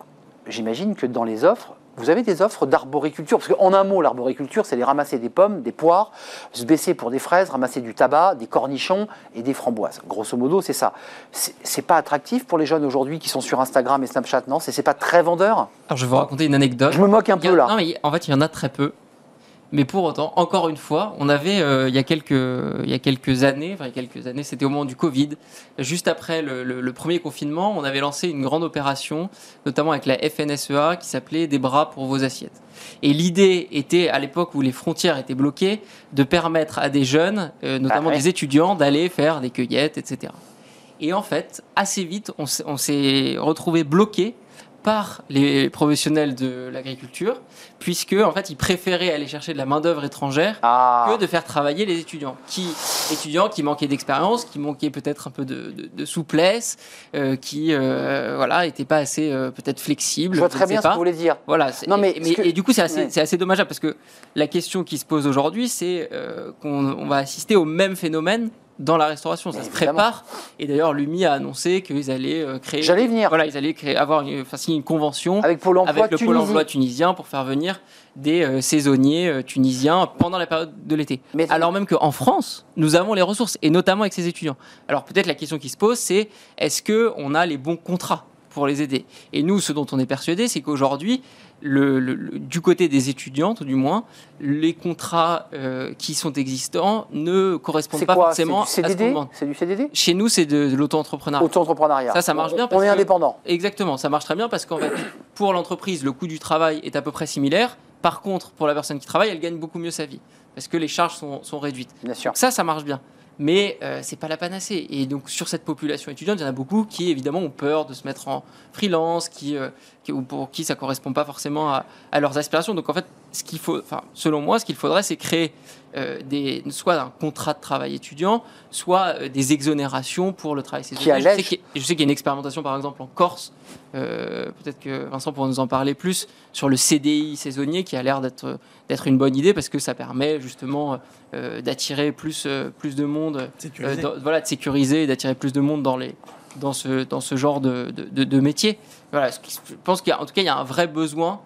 j'imagine que dans les offres, vous avez des offres d'arboriculture, parce qu'en un mot, l'arboriculture, c'est les ramasser des pommes, des poires, se baisser pour des fraises, ramasser du tabac, des cornichons et des framboises. Grosso modo, c'est ça. C'est, c'est pas attractif pour les jeunes aujourd'hui qui sont sur Instagram et Snapchat, non? C'est, c'est pas très vendeur? Alors, je vais vous raconter une anecdote. Je me moque un Il y a- peu là. Non, mais en fait, il y en a très peu. Mais pour autant, encore une fois, on avait euh, il y a quelques il y a quelques années, enfin il y a quelques années, c'était au moment du Covid, juste après le, le- le premier confinement, on avait lancé une grande opération, notamment avec la F N S E A, qui s'appelait Des bras pour vos assiettes. Et l'idée était, à l'époque où les frontières étaient bloquées, de permettre à des jeunes, euh, notamment Ah ouais. des étudiants, d'aller faire des cueillettes, et cetera. Et en fait, assez vite, on s'est- on s'est retrouvé bloqué par les professionnels de l'agriculture, puisque en fait, ils préféraient aller chercher de la main-d'œuvre étrangère Ah, que de faire travailler les étudiants. Qui, étudiants qui manquaient d'expérience, qui manquaient peut-être un peu de, de- de souplesse, euh, qui euh, voilà, n'étaient pas assez euh, peut-être flexibles. je vois ne très sais bien ce pas. que vous voulez dire. Voilà. c'est- Non, mais et, ce que- et du coup, c'est assez, Ouais. c'est assez dommageable parce que la question qui se pose aujourd'hui, c'est euh, qu'on on va assister au même phénomène dans la restauration. Ça Mais se évidemment. prépare. Et d'ailleurs, l'U M I a annoncé qu'ils allaient euh, créer. J'allais venir. Voilà, ils allaient créer, avoir une, enfin, signer une convention Avec Pôle emploi avec le Pôle Tunisie. emploi tunisien pour faire venir des euh, saisonniers euh, tunisiens pendant la période de l'été. Mais- Alors même qu'en France, nous avons les ressources, et notamment avec ces étudiants. Alors peut-être la question qui se pose, c'est est-ce qu'on a les bons contrats pour les aider? Et nous, ce dont on est persuadé, c'est qu'aujourd'hui, le, le- le- du côté des étudiantes, du moins, les contrats euh, qui sont existants ne correspondent C'est pas quoi? forcément C'est à du ce qu'on C D D? demande. C'est du C D D? Chez nous, c'est de, de l'auto-entrepreneuriat. Auto-entrepreneuriat. Ça, ça marche bien On parce est que- indépendant. Exactement, ça marche très bien parce qu'en fait, pour l'entreprise, le coût du travail est à peu près similaire. Par contre, pour la personne qui travaille, elle gagne beaucoup mieux sa vie parce que les charges sont, sont réduites. Bien sûr. Donc ça, ça marche bien. Mais euh, c'est pas la panacée. Et donc sur cette population étudiante, il y en a beaucoup qui évidemment ont peur de se mettre en freelance, qui, euh, qui- ou pour qui ça correspond pas forcément à, à leurs aspirations. Donc en fait, ce qu'il faut, enfin selon moi, ce qu'il faudrait, c'est créer euh, des, soit un contrat de travail étudiant, soit euh, des exonérations pour le travail saisonnier. Qui Je sais allège. qu'il y a- je sais qu'il y a une expérimentation par exemple en Corse. Euh, peut-être que Vincent pourra nous en parler plus sur le C D I saisonnier qui a l'air d'être d'être une bonne idée parce que ça permet justement euh, d'attirer plus euh, plus de monde, Sécurisé. euh, dans- voilà, de sécuriser et d'attirer plus de monde dans les dans ce dans ce genre de de, de- de métier. Voilà, ce qui- je pense qu'en tout cas il y a un vrai besoin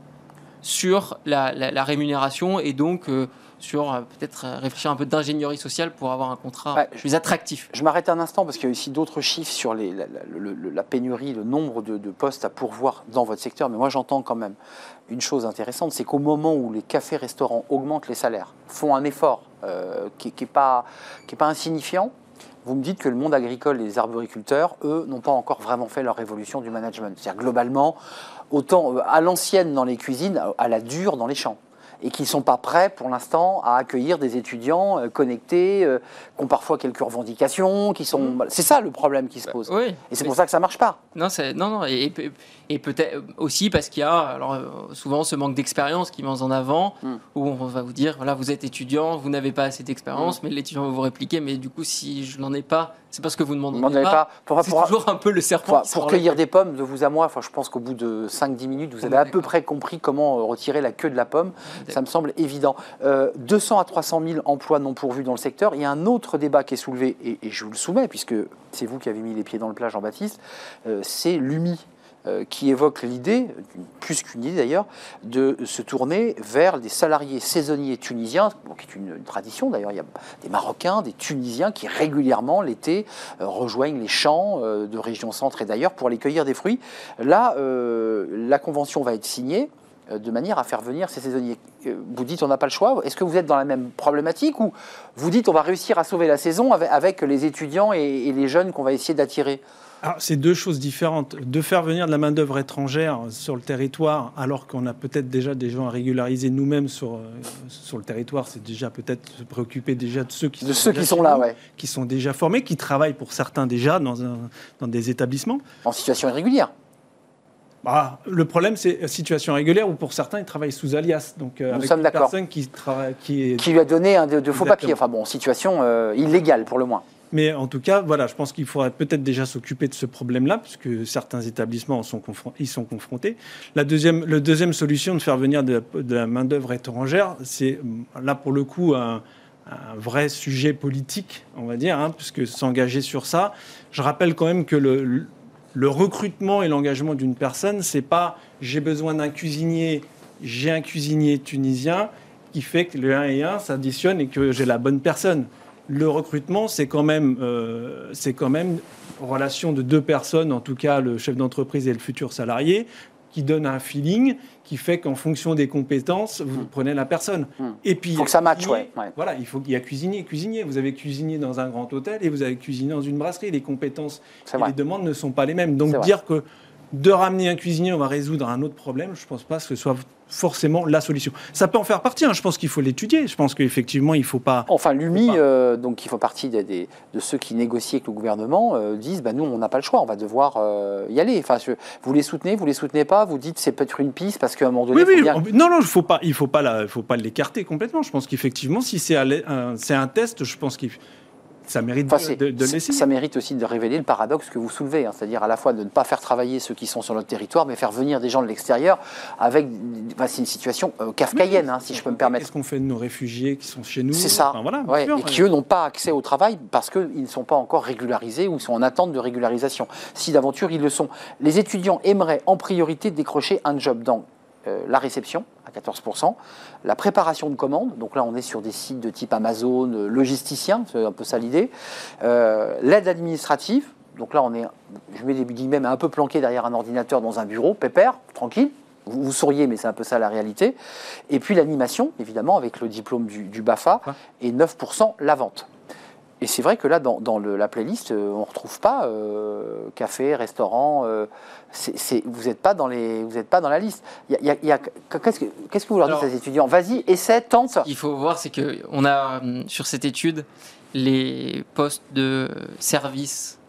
sur la, la- la rémunération et donc euh, sur euh, peut-être euh, réfléchir un peu d'ingénierie sociale pour avoir un contrat Ouais, plus attractif. Je m'arrête un instant parce qu'il y a aussi d'autres chiffres sur les- la, la- le- le- la pénurie, le nombre de, de postes à pourvoir dans votre secteur. Mais moi, j'entends quand même une chose intéressante, c'est qu'au moment où les cafés-restaurants augmentent les salaires, font un effort euh, qui n'est pas, qui est pas insignifiant, vous me dites que le monde agricole et les arboriculteurs, eux, n'ont pas encore vraiment fait leur révolution du management. C'est-à-dire globalement, autant euh, à l'ancienne dans les cuisines, à- à la dure dans les champs. Et qui ne sont pas prêts pour l'instant à accueillir des étudiants euh, connectés, euh, qui ont parfois quelques revendications, qui sont... C'est ça le problème qui se pose. Oui. Et c'est pour ça que ça ne marche pas. Non, c'est non, non, et, et- et peut-être aussi parce qu'il y a alors euh, souvent ce manque d'expérience qui met en avant, Mm. où on va vous dire voilà, vous êtes étudiant, vous n'avez pas assez d'expérience, mais l'étudiant va vous répliquer, mais du coup, si je n'en ai pas, c'est parce que vous ne m'en Vous donnez n'en avez pas. pas. Pour, C'est pour- toujours un peu le serpent. pour- qui se pour mord la cueillir queue. des pommes, de vous à moi, enfin, je pense qu'au bout de cinq dix minutes, vous On avez est à peu d'accord. près compris comment euh, retirer la queue de la pomme. D'accord. Ça me semble évident. Euh, deux cents à trois cent mille emplois non pourvus dans le secteur. Il y a un autre débat qui est soulevé, et, et je vous le soumets, puisque c'est vous qui avez mis les pieds dans le plat, Jean-Baptiste, euh, c'est l'U M I. euh, qui évoque l'idée, plus qu'une idée d'ailleurs, de se tourner vers des salariés saisonniers tunisiens, bon, qui est une, une tradition d'ailleurs. Il y a des Marocains, des Tunisiens qui régulièrement l'été euh, rejoignent les champs euh, de région centre et d'ailleurs pour aller cueillir des fruits. Là, euh, la convention va être signée euh, de manière à faire venir ces saisonniers. Euh, Vous dites on n'a pas le choix. Est-ce que vous êtes dans la même problématique ou vous dites on va réussir à sauver la saison avec, avec les étudiants et, et les jeunes qu'on va essayer d'attirer? Alors, c'est deux choses différentes. De faire venir de la main-d'œuvre étrangère sur le territoire, alors qu'on a peut-être déjà des gens à régulariser nous-mêmes sur, euh, sur le territoire, c'est déjà peut-être se préoccuper déjà de ceux qui De sont, ceux déjà qui sont chez là, nous, ouais. qui sont déjà formés, qui travaillent pour certains déjà dans, un- dans des établissements. En situation irrégulière. Bah, le problème, c'est situation régulière où pour certains, ils travaillent sous alias. Donc, euh, Nous avec sommes une d'accord. personne qui travaille, qui est... Qui lui a donné un de, de faux Exactement. papiers. Enfin bon, situation euh, illégale pour le moins. Mais en tout cas, voilà, je pense qu'il faudrait peut-être déjà s'occuper de ce problème-là, puisque certains établissements en sont confron- y sont confrontés. La deuxième, la deuxième solution de faire venir de la, de la main-d'œuvre étrangère, c'est là pour le coup un, un vrai sujet politique, on va dire, hein, puisque s'engager sur ça. Je rappelle quand même que le, le recrutement et l'engagement d'une personne, c'est pas j'ai besoin d'un cuisinier, j'ai un cuisinier tunisien qui fait que le un et un s'additionnent et que j'ai la bonne personne. Le recrutement, c'est quand même, euh, c'est quand même relation de deux personnes, en tout cas le chef d'entreprise et le futur salarié, qui donne un feeling qui fait qu'en fonction des compétences, vous mmh. prenez la personne. Mmh. Et puis, il faut que ça matche, ouais. ouais. Voilà, il faut qu'il y a cuisinier, cuisinier. Vous avez cuisiné dans un grand hôtel et vous avez cuisiné dans une brasserie. Les compétences et vrai. les demandes ne sont pas les mêmes. Donc dire que de ramener un cuisinier, on va résoudre un autre problème, je ne pense pas que ce soit forcément la solution. Ça peut en faire partie, hein. Je pense qu'il faut l'étudier. Je pense qu'effectivement, il ne faut pas... Enfin, l'U M I, euh, donc, qui font partie des, des, de ceux qui négocient avec le gouvernement, euh, disent bah, nous, on n'a pas le choix, on va devoir euh, y aller. Enfin, je, vous les soutenez, vous les soutenez pas, vous dites c'est peut-être une piste parce qu'à un moment donné... Oui, oui, bien... on, non, non, faut pas, il ne faut pas, la, faut pas l'écarter complètement. Je pense qu'effectivement, si c'est un, c'est un test, je pense qu'il... Ça mérite enfin, de, de, de laisser. Ça mérite aussi de révéler le paradoxe que vous soulevez, hein, c'est-à-dire à la fois de ne pas faire travailler ceux qui sont sur notre territoire, mais faire venir des gens de l'extérieur avec. Enfin, c'est une situation euh, kafkaïenne, oui, hein, si je peux me permettre. Qu'est-ce qu'on fait de nos réfugiés qui sont chez nous? C'est ça. Enfin, voilà, ouais, et qui eux n'ont pas accès au travail parce qu'ils ne sont pas encore régularisés ou sont en attente de régularisation. Si d'aventure ils le sont, les étudiants aimeraient en priorité décrocher un job dans euh, la réception à quatorze pour cent, la préparation de commandes, donc là on est sur des sites de type Amazon, logisticien, c'est un peu ça l'idée, euh, l'aide administrative, donc là on est, je mets des guillemets, mais un peu planqué derrière un ordinateur dans un bureau, pépère, tranquille, vous, vous souriez mais c'est un peu ça la réalité, et puis l'animation, évidemment, avec le diplôme du, du BAFA, ouais. et neuf pour cent la vente. Et c'est vrai que là, dans, dans le, la playlist, euh, on ne retrouve pas euh, café, restaurant. Euh, c'est, c'est, vous n'êtes pas, pas dans la liste. Y a, y a, y a, qu'est-ce, que, qu'est-ce que vous leur dites, ces étudiants? Vas-y, essaie, tente. Ce qu'il faut voir, c'est qu'on a, sur cette étude, les postes de service,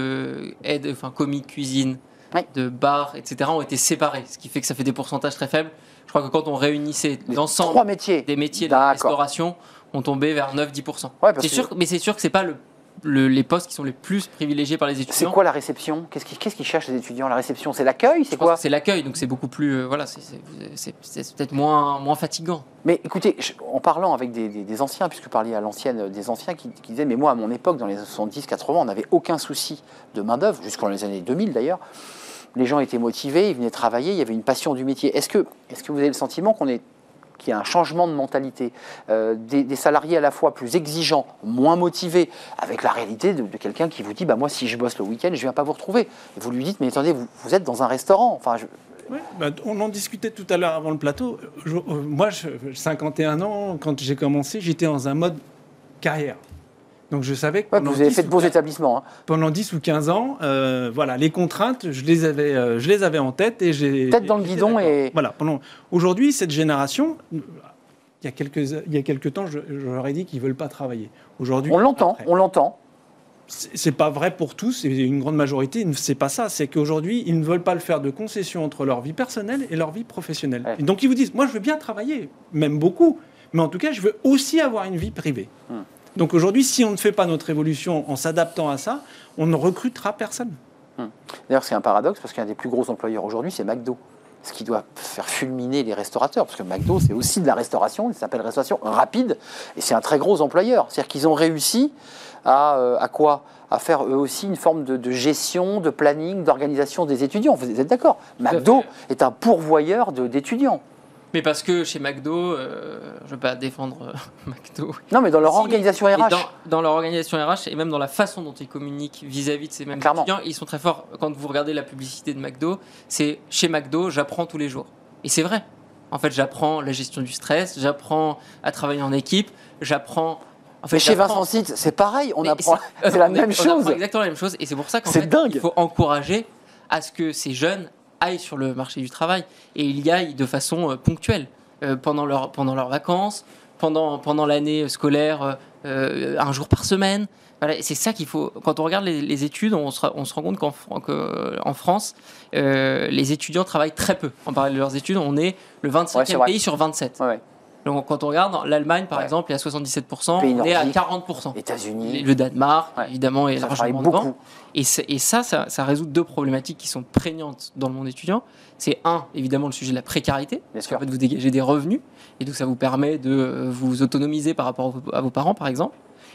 de aide, enfin commis, cuisine, oui. de bar, et cetera, ont été séparés. Ce qui fait que ça fait des pourcentages très faibles. Je crois que quand on réunissait l'ensemble métiers. des métiers de la restauration, on tombait vers neuf à dix pour cent. Ouais, c'est sûr, que... Mais c'est sûr que ce n'est pas le, le, les postes qui sont les plus privilégiés par les étudiants. C'est quoi la réception? Qu'est-ce qu'ils qu'est-ce qu'ils cherchent les étudiants? La réception, c'est l'accueil? C'est quoi? C'est l'accueil, donc c'est beaucoup plus... Euh, voilà, c'est, c'est, c'est, c'est peut-être moins, moins fatigant. Mais écoutez, je, en parlant avec des, des, des anciens, puisque vous parliez à l'ancienne des anciens qui, qui disaient, mais moi, à mon époque, dans les soixante-dix quatre-vingts, on n'avait aucun souci de main-d'œuvre, jusqu'en les années deux mille d'ailleurs. Les gens étaient motivés, ils venaient travailler, il y avait une passion du métier. Est-ce que, est-ce que vous avez le sentiment qu'on est... qu'il y a un changement de mentalité, euh, des, des salariés à la fois plus exigeants, moins motivés, avec la réalité de, de quelqu'un qui vous dit bah, « moi, si je bosse le week-end, je ne viens pas vous retrouver ». Et vous lui dites « mais attendez, vous, vous êtes dans un restaurant ». Enfin, je... oui, bah, on en discutait tout à l'heure avant le plateau. Je, euh, moi, j'ai cinquante et un ans, quand j'ai commencé, j'étais dans un mode carrière. Donc je savais que ouais, vous avez fait de beaux établissements. Hein. Pendant dix ou quinze ans, euh, voilà, les contraintes, je les avais, euh, je les avais en tête. Et j'ai, tête dans le guidon. Et... Voilà, pendant... Aujourd'hui, cette génération, il y a quelques, il y a quelques temps, je, je leur ai dit qu'ils ne veulent pas travailler. Aujourd'hui, on l'entend, après, on l'entend. C'est pas vrai pour tous, et une grande majorité, c'est pas ça. C'est qu'aujourd'hui, ils ne veulent pas le faire de concession entre leur vie personnelle et leur vie professionnelle. Ouais. Et donc ils vous disent, moi je veux bien travailler, même beaucoup, mais en tout cas, je veux aussi avoir une vie privée. Hum. Donc aujourd'hui, si on ne fait pas notre évolution en s'adaptant à ça, on ne recrutera personne. Hum. D'ailleurs, c'est un paradoxe parce qu'un des plus gros employeurs aujourd'hui, c'est McDo. Ce qui doit faire fulminer les restaurateurs, parce que McDo, c'est aussi de la restauration, il s'appelle restauration rapide, et c'est un très gros employeur. C'est-à-dire qu'ils ont réussi à, euh, à quoi? À faire eux aussi une forme de, de gestion, de planning, d'organisation des étudiants. Vous êtes d'accord? McDo est un pourvoyeur de, d'étudiants. Mais parce que chez McDo, euh, je ne veux pas défendre euh, McDo. Non, mais dans leur si, organisation R H. Dans, dans leur organisation R H et même dans la façon dont ils communiquent vis-à-vis de ces mêmes Clairement. étudiants, ils sont très forts. Quand vous regardez la publicité de McDo, c'est chez McDo, j'apprends tous les jours. Et c'est vrai. En fait, j'apprends la gestion du stress, j'apprends à travailler en équipe, j'apprends... En fait, mais chez Vincent Site, c'est pareil, on apprend, c'est, c'est la même on chose. Exactement la même chose. Et c'est pour ça qu'en c'est fait, dingue. il faut encourager à ce que ces jeunes aillent sur le marché du travail et ils y aillent de façon euh, ponctuelle. Euh, pendant, leur, pendant leurs vacances, pendant, pendant l'année scolaire, euh, un jour par semaine. Voilà, c'est ça qu'il faut. Quand on regarde les, les études, on se, on se rend compte qu'en qu'en France, euh, les étudiants travaillent très peu. En parallèle de leurs études, on est le vingt-cinquième ouais, pays sur vingt-sept. Ouais, ouais. Donc, quand on regarde, l'Allemagne, par ouais. exemple, est à soixante-dix-sept pour cent, on est à quarante pour cent. États-Unis. Le Danemark, ouais. évidemment, est ça largement devant. Et, et ça, ça, ça résout deux problématiques qui sont prégnantes dans le monde étudiant. C'est un, évidemment, le sujet de la précarité. Parce qu'en fait, vous dégagez des revenus. Et donc, ça vous permet de vous autonomiser par rapport à vos parents, par exemple.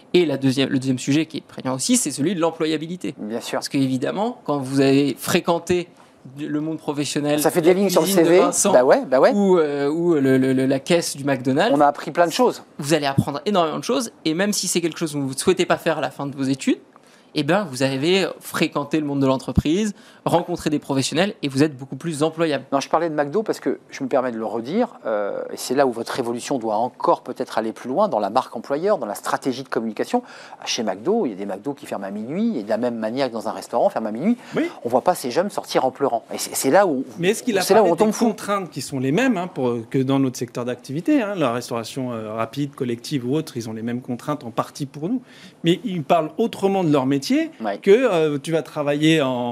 Et la deuxième, le deuxième sujet qui est prégnant aussi, c'est celui de l'employabilité. Bien sûr. Parce qu'évidemment, quand vous avez fréquenté le monde professionnel, ça fait des lignes sur le C V, Vincent, bah ouais, bah ouais. ou, euh, ou le, le, le, la caisse du McDonald's. On a appris plein de choses. Vous allez apprendre énormément de choses, et même si c'est quelque chose que vous ne souhaitez pas faire à la fin de vos études, eh ben, vous avez fréquenté le monde de l'entreprise, rencontré des professionnels et vous êtes beaucoup plus employable. Non, je parlais de McDo parce que je me permets de le redire, euh, et c'est là où votre révolution doit encore peut-être aller plus loin dans la marque employeur, dans la stratégie de communication. Chez McDo, il y a des McDo qui ferment à minuit, et de la même manière que dans un restaurant, ferment à minuit. Oui. On ne voit pas ces jeunes sortir en pleurant. Et c'est, c'est là où, Mais est-ce qu'il a c'est là où on tombe des fou. contraintes qui sont les mêmes hein, pour, que dans notre secteur d'activité hein, la restauration euh, rapide, collective ou autre, ils ont les mêmes contraintes en partie pour nous. Mais ils parlent autrement de leur métier ouais. que Euh, tu vas travailler en,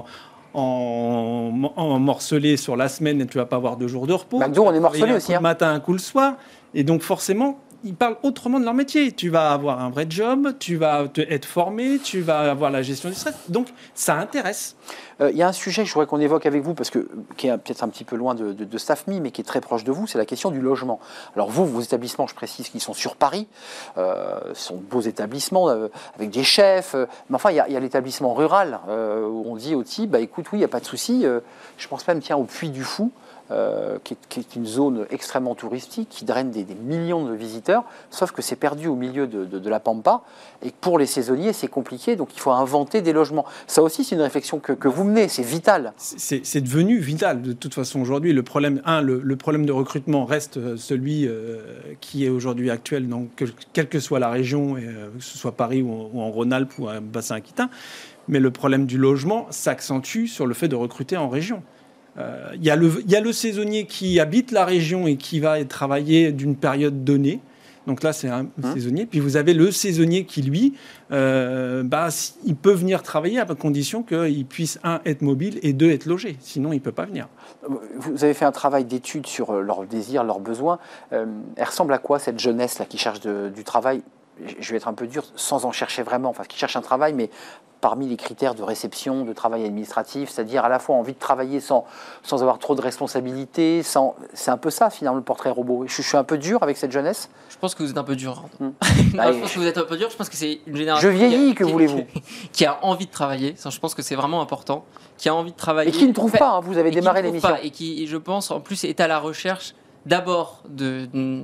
en, en morcelé sur la semaine et tu vas pas avoir deux jours de repos. McDo, on est morcelé aussi. Un coup hein. le matin, un coup le soir. Et donc forcément, ils parlent autrement de leur métier. Tu vas avoir un vrai job, tu vas te, être formé, tu vas avoir la gestion du stress. Donc ça intéresse. Il euh, y a un sujet que je voudrais qu'on évoque avec vous, parce que, qui est peut-être un petit peu loin de, de, de StaffMe, mais qui est très proche de vous, c'est la question du logement. Alors vous, vos établissements, je précise qu'ils sont sur Paris, euh, sont de beaux établissements, euh, avec des chefs, euh, mais enfin, il y, y a l'établissement rural, euh, où on dit au type, bah, écoute, oui, il n'y a pas de souci, euh, je pense même, tiens, au Puy du Fou, Euh, qui, est, qui est une zone extrêmement touristique, qui draine des, des millions de visiteurs, sauf que c'est perdu au milieu de, de, de la Pampa, et pour les saisonniers, c'est compliqué, donc il faut inventer des logements. Ça aussi, c'est une réflexion que, que vous menez, c'est vital. C'est, c'est devenu vital, de toute façon, aujourd'hui. Le problème, un, le, le problème de recrutement reste celui euh, qui est aujourd'hui actuel, donc, que, quelle que soit la région, et, euh, que ce soit Paris ou, ou en Rhône-Alpes ou en Bassin-Aquitain, mais le problème du logement s'accentue sur le fait de recruter en région. Il euh, y, y a le saisonnier qui habite la région et qui va travailler d'une période donnée. Donc là, c'est un mmh. saisonnier. Puis vous avez le saisonnier qui, lui, euh, bah, il peut venir travailler à condition qu'il puisse, un, être mobile et deux, être logé. Sinon, il ne peut pas venir. Vous avez fait un travail d'étude sur leurs désirs, leurs besoins. Euh, elle ressemble à quoi, cette jeunesse-là qui cherche de, du travail ? Je vais être un peu dur, sans en chercher vraiment, enfin, qui cherche un travail, mais parmi les critères de réception, de travail administratif, c'est-à-dire à la fois envie de travailler sans, sans avoir trop de responsabilités, sans... c'est un peu ça, finalement, le portrait robot. Je, je suis un peu dur avec cette jeunesse. Je pense que vous êtes un peu dur. Mmh. non, bah, je pense que vous êtes un peu dur, je pense que c'est une génération... Je vieillis, qui a, que qui, voulez-vous qui, qui a envie de travailler, ça, je pense que c'est vraiment important, qui a envie de travailler... Et qui ne trouve fait, pas, hein, vous avez démarré l'émission. Pas, et qui, je pense, en plus, est à la recherche d'abord de,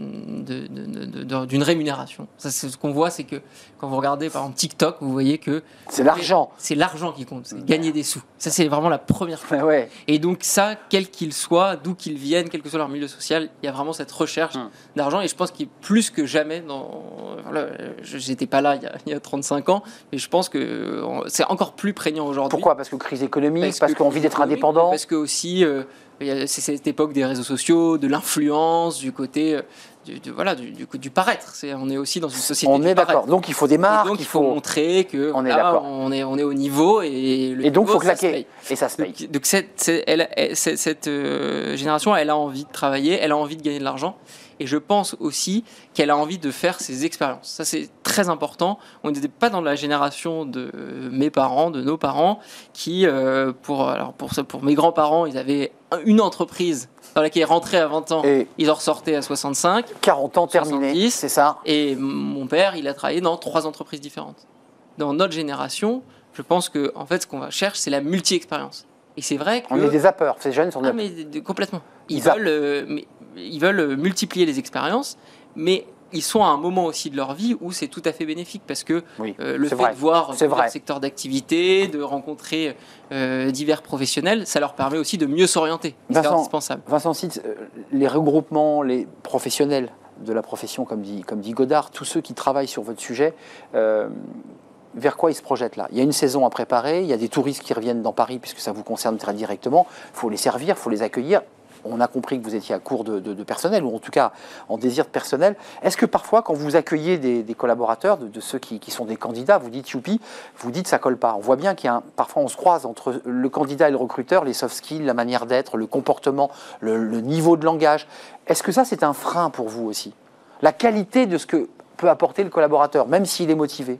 de, de, de, de, d'une rémunération. Ça, c'est ce qu'on voit, c'est que quand vous regardez par exemple TikTok, vous voyez que c'est l'argent. C'est l'argent qui compte, c'est gagner des sous. Ça, c'est vraiment la première chose. Ouais. Et donc ça, quel qu'il soit, d'où qu'ils viennent, quel que soit leur milieu social, il y a vraiment cette recherche hum. d'argent. Et je pense qu'il est plus que jamais dans... Voilà, je n'étais pas là il y, a, il y a trente-cinq ans, mais je pense que c'est encore plus prégnant aujourd'hui. Pourquoi ? Parce que crise économique, parce, parce qu'on a envie d'être indépendant. Parce que aussi... Euh, c'est cette époque des réseaux sociaux, de l'influence, du côté du, du, voilà, du, du, du paraître. C'est, on est aussi dans une société on du est paraître. Donc donc il faut des marques. Et donc il faut, faut montrer qu'on on est, là, on est, on est au niveau. Et, le et donc il faut ça claquer. Et ça se paye. Donc, donc cette, cette, elle, elle, cette, cette euh, génération, elle a envie de travailler, elle a envie de gagner de l'argent. Et je pense aussi qu'elle a envie de faire ses expériences. Ça, c'est très important. On n'était pas dans la génération de mes parents, de nos parents, qui, euh, pour, alors pour, pour mes grands-parents, ils avaient une entreprise dans laquelle ils rentraient à vingt ans, et ils en ressortaient à soixante-cinq. quarante ans terminés, c'est ça. Et mon père, il a travaillé dans trois entreprises différentes. Dans notre génération, je pense que en fait, ce qu'on va chercher, c'est la multi-expérience. Et c'est vrai que... On est des zappeurs, ces jeunes sont des... Ah, mais de, de, complètement. Ils, ils veulent... Euh, mais, ils veulent multiplier les expériences, mais ils sont à un moment aussi de leur vie où c'est tout à fait bénéfique parce que oui, euh, le fait vrai. de voir leur secteur d'activité, de rencontrer euh, divers professionnels, ça leur permet aussi de mieux s'orienter. Vincent, c'est indispensable. Vincent Sitz, euh, les regroupements, les professionnels de la profession, comme dit, comme dit Godard, tous ceux qui travaillent sur votre sujet, euh, vers quoi ils se projettent là ? Il y a une saison à préparer, il y a des touristes qui reviennent dans Paris puisque ça vous concerne très directement, il faut les servir, il faut les accueillir. On a compris que vous étiez à court de, de, de personnel, ou en tout cas en désir de personnel. Est-ce que parfois, quand vous accueillez des, des collaborateurs, de, de ceux qui, qui sont des candidats, vous dites youpi, vous dites ça colle pas. On voit bien qu'il y a un, parfois on se croise entre le candidat et le recruteur, les soft skills, la manière d'être, le comportement, le, le niveau de langage. Est-ce que ça, c'est un frein pour vous aussi ? La qualité de ce que peut apporter le collaborateur, même s'il est motivé.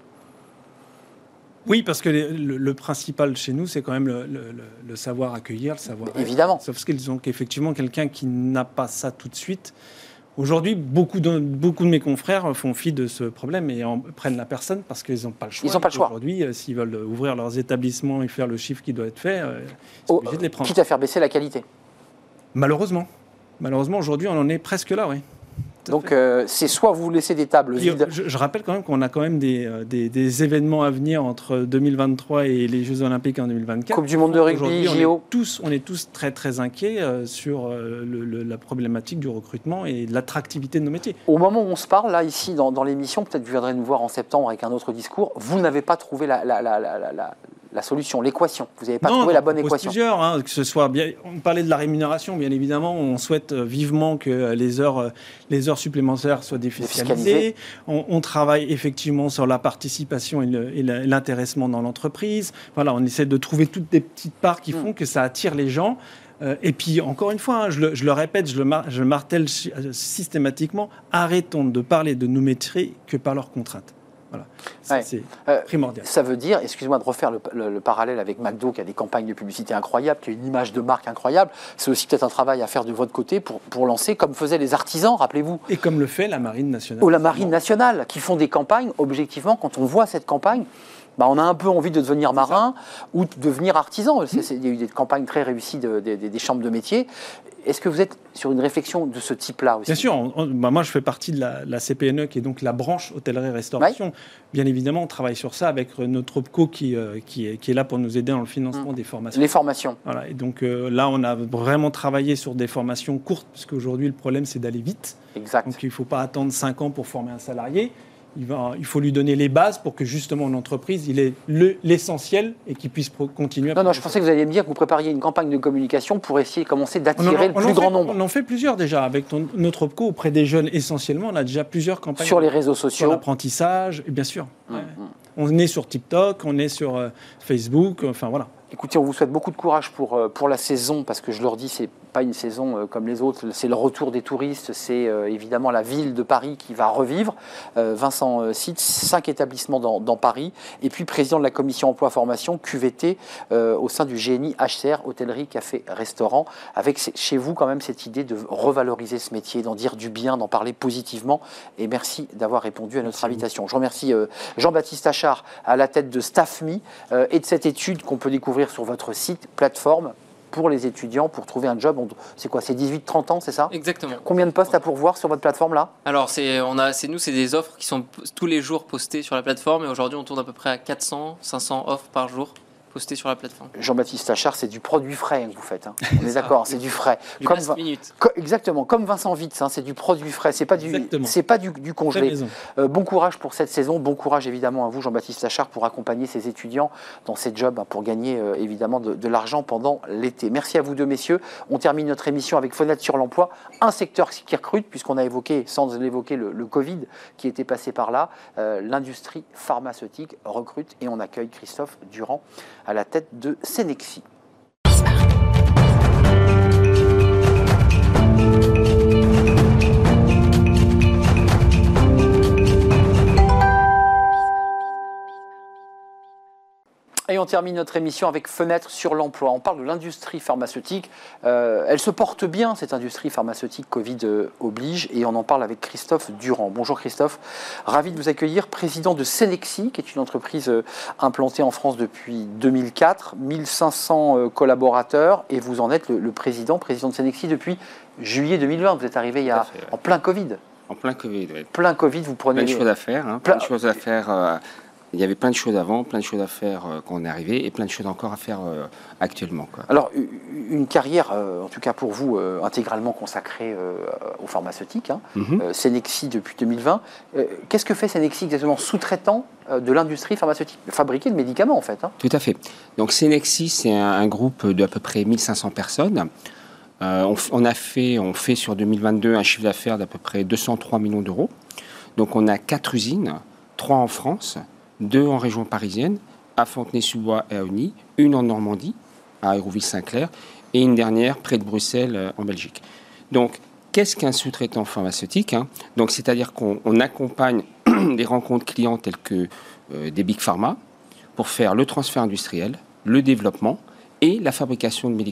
Oui, parce que le, le, le principal chez nous, c'est quand même le, le, le savoir accueillir, le savoir... Évidemment. Sauf qu'ils ont effectivement quelqu'un qui n'a pas ça tout de suite. Aujourd'hui, beaucoup de, beaucoup de mes confrères font fi de ce problème et en prennent la personne parce qu'ils n'ont pas le choix. Ils n'ont pas le choix. Aujourd'hui, euh, s'ils veulent ouvrir leurs établissements et faire le chiffre qui doit être fait, euh, ils sont oh, obligés de les prendre. Quitte à faire baisser la qualité. Malheureusement. Malheureusement, aujourd'hui, on en est presque là, oui. Donc, euh, c'est soit vous laissez des tables Puis, vides. Je, je rappelle quand même qu'on a quand même des, des, des événements à venir entre deux mille vingt-trois et les Jeux Olympiques en deux mille vingt-quatre. Coupe du monde de rugby, J O. On est tous, on est tous très, très inquiets euh, sur euh, le, le, la problématique du recrutement et de l'attractivité de nos métiers. Au moment où on se parle, là, ici, dans, dans l'émission, peut-être vous viendrez nous voir en septembre avec un autre discours, vous n'avez pas trouvé la, la, la, la, la, la solution, l'équation. Vous n'avez pas non, trouvé non, la bonne on équation. Plusieurs, hein, que ce soit bien. On parlait de la rémunération, bien évidemment. On souhaite vivement que les heures, les heures supplémentaires soient défiscalisées. On, on travaille effectivement sur la participation et, le, et l'intéressement dans l'entreprise. Voilà, on essaie de trouver toutes des petites parts qui font mmh. que ça attire les gens. Euh, et puis, encore une fois, hein, je, le, je le répète, je le, mar- je le martèle systématiquement, arrêtons de parler de nos métiers que par leurs contraintes. Voilà. Ça, ouais. C'est euh, primordial. Ça veut dire, excusez-moi de refaire le, le, le parallèle avec McDo, qui a des campagnes de publicité incroyables, qui a une image de marque incroyable. C'est aussi peut-être un travail à faire de votre côté pour, pour lancer, comme faisaient les artisans, rappelez-vous. Et comme le fait la Marine nationale. Ou la Marine nationale, qui font des campagnes, objectivement, quand on voit cette campagne, bah, on a un peu envie de devenir marin ou de devenir artisan. C'est, c'est, il y a eu des campagnes très réussies de, de, de, des chambres de métiers. Est-ce que vous êtes sur une réflexion de ce type-là aussi ? Bien sûr. On, on, bah moi, je fais partie de la, la C P N E, qui est donc la branche hôtellerie-restauration. Ouais. Bien évidemment, on travaille sur ça avec notre OPCO qui, euh, qui, est, qui est là pour nous aider dans le financement mmh. des formations. Les formations. Voilà. Et donc euh, là, on a vraiment travaillé sur des formations courtes, parce qu'aujourd'hui, le problème, c'est d'aller vite. Exact. Donc il ne faut pas attendre cinq ans pour former un salarié. Il, va, il faut lui donner les bases pour que justement en entreprise, il ait le, l'essentiel et qu'il puisse pro- continuer à... Non, non, je pensais que vous alliez me dire que vous prépariez une campagne de communication pour essayer de commencer d'attirer le plus fait, grand nombre. On en fait plusieurs déjà. Avec ton, notre OPCO, auprès des jeunes essentiellement, on a déjà plusieurs campagnes. Sur les réseaux sociaux. Sur l'apprentissage, et bien sûr. Mmh, ouais. mmh. On est sur TikTok, on est sur euh, Facebook, enfin voilà. Écoutez, on vous souhaite beaucoup de courage pour, pour la saison, parce que je leur dis, c'est pas une saison comme les autres, c'est le retour des touristes, c'est euh, évidemment la ville de Paris qui va revivre. Euh, Vincent euh, cite cinq établissements dans, dans Paris, et puis président de la commission emploi-formation, Q V T, euh, au sein du G N I H C R, hôtellerie, café, restaurant, avec chez vous quand même cette idée de revaloriser ce métier, d'en dire du bien, d'en parler positivement, et merci d'avoir répondu à notre merci invitation. Je remercie euh, Jean-Baptiste Achard à la tête de StaffMe euh, et de cette étude qu'on peut découvrir sur votre site, plateforme pour les étudiants, pour trouver un job. C'est quoi, c'est dix-huit trente ans, c'est ça ? Exactement. Combien de postes à pourvoir sur votre plateforme là ? Alors, c'est, on a, c'est nous, c'est des offres qui sont tous les jours postées sur la plateforme, et aujourd'hui on tourne à peu près à quatre cents, cinq cents offres par jour posté sur la plateforme. Jean-Baptiste Achard, c'est du produit frais que vous faites. Hein. On est d'accord, c'est du frais. Du comme last minute. Co- exactement, comme Vincent Witz, hein, c'est du produit frais, c'est pas du, c'est pas du, du congelé. Euh, bon courage pour cette saison, bon courage évidemment à vous, Jean-Baptiste Achard, pour accompagner ces étudiants dans ces jobs, hein, pour gagner euh, évidemment de, de l'argent pendant l'été. Merci à vous deux, messieurs. On termine notre émission avec Fenêtre sur l'emploi, un secteur qui recrute, puisqu'on a évoqué, sans l'évoquer, le, le Covid qui était passé par là. Euh, l'industrie pharmaceutique recrute et on accueille Christophe Durand à la tête de Cenexi. Et on termine notre émission avec Fenêtre sur l'emploi. On parle de l'industrie pharmaceutique. Euh, elle se porte bien, cette industrie pharmaceutique, Covid euh, oblige, et on en parle avec Christophe Durand. Bonjour Christophe, ravi de vous accueillir, président de Cenexi, qui est une entreprise euh, implantée en France depuis deux mille quatre, mille cinq cents euh, collaborateurs, et vous en êtes le, le président, président de Cenexi depuis juillet deux mille vingt. Vous êtes arrivé il y a, fait, ouais. en plein Covid. En plein Covid, oui. Plein Covid, vous prenez... Plein de choses à faire, hein, plein, plein de choses à faire... Euh, Il y avait plein de choses avant, plein de choses à faire euh, quand on est arrivé et plein de choses encore à faire euh, actuellement. Quoi. Alors, une carrière, euh, en tout cas pour vous, euh, intégralement consacrée euh, aux pharmaceutiques, hein, mm-hmm. euh, Cenexi depuis deux mille vingt. Euh, qu'est-ce que fait Cenexi exactement, sous-traitant euh, de l'industrie pharmaceutique, fabriquer de médicaments en fait, hein. Tout à fait. Donc Cenexi, c'est un, un groupe d'à peu près mille cinq cents personnes. Euh, on, on, a fait, on fait sur deux mille vingt-deux un chiffre d'affaires d'à peu près deux cent trois millions d'euros. Donc on a quatre usines, trois en France, deux en région parisienne, à Fontenay-sous-Bois et à Osny, une en Normandie, à Hérouville-Saint-Clair, et une dernière près de Bruxelles, euh, en Belgique. Donc, qu'est-ce qu'un sous-traitant pharmaceutique, hein ? Donc, c'est-à-dire qu'on on accompagne des rencontres clients telles que euh, des big pharma pour faire le transfert industriel, le développement et la fabrication de médicaments.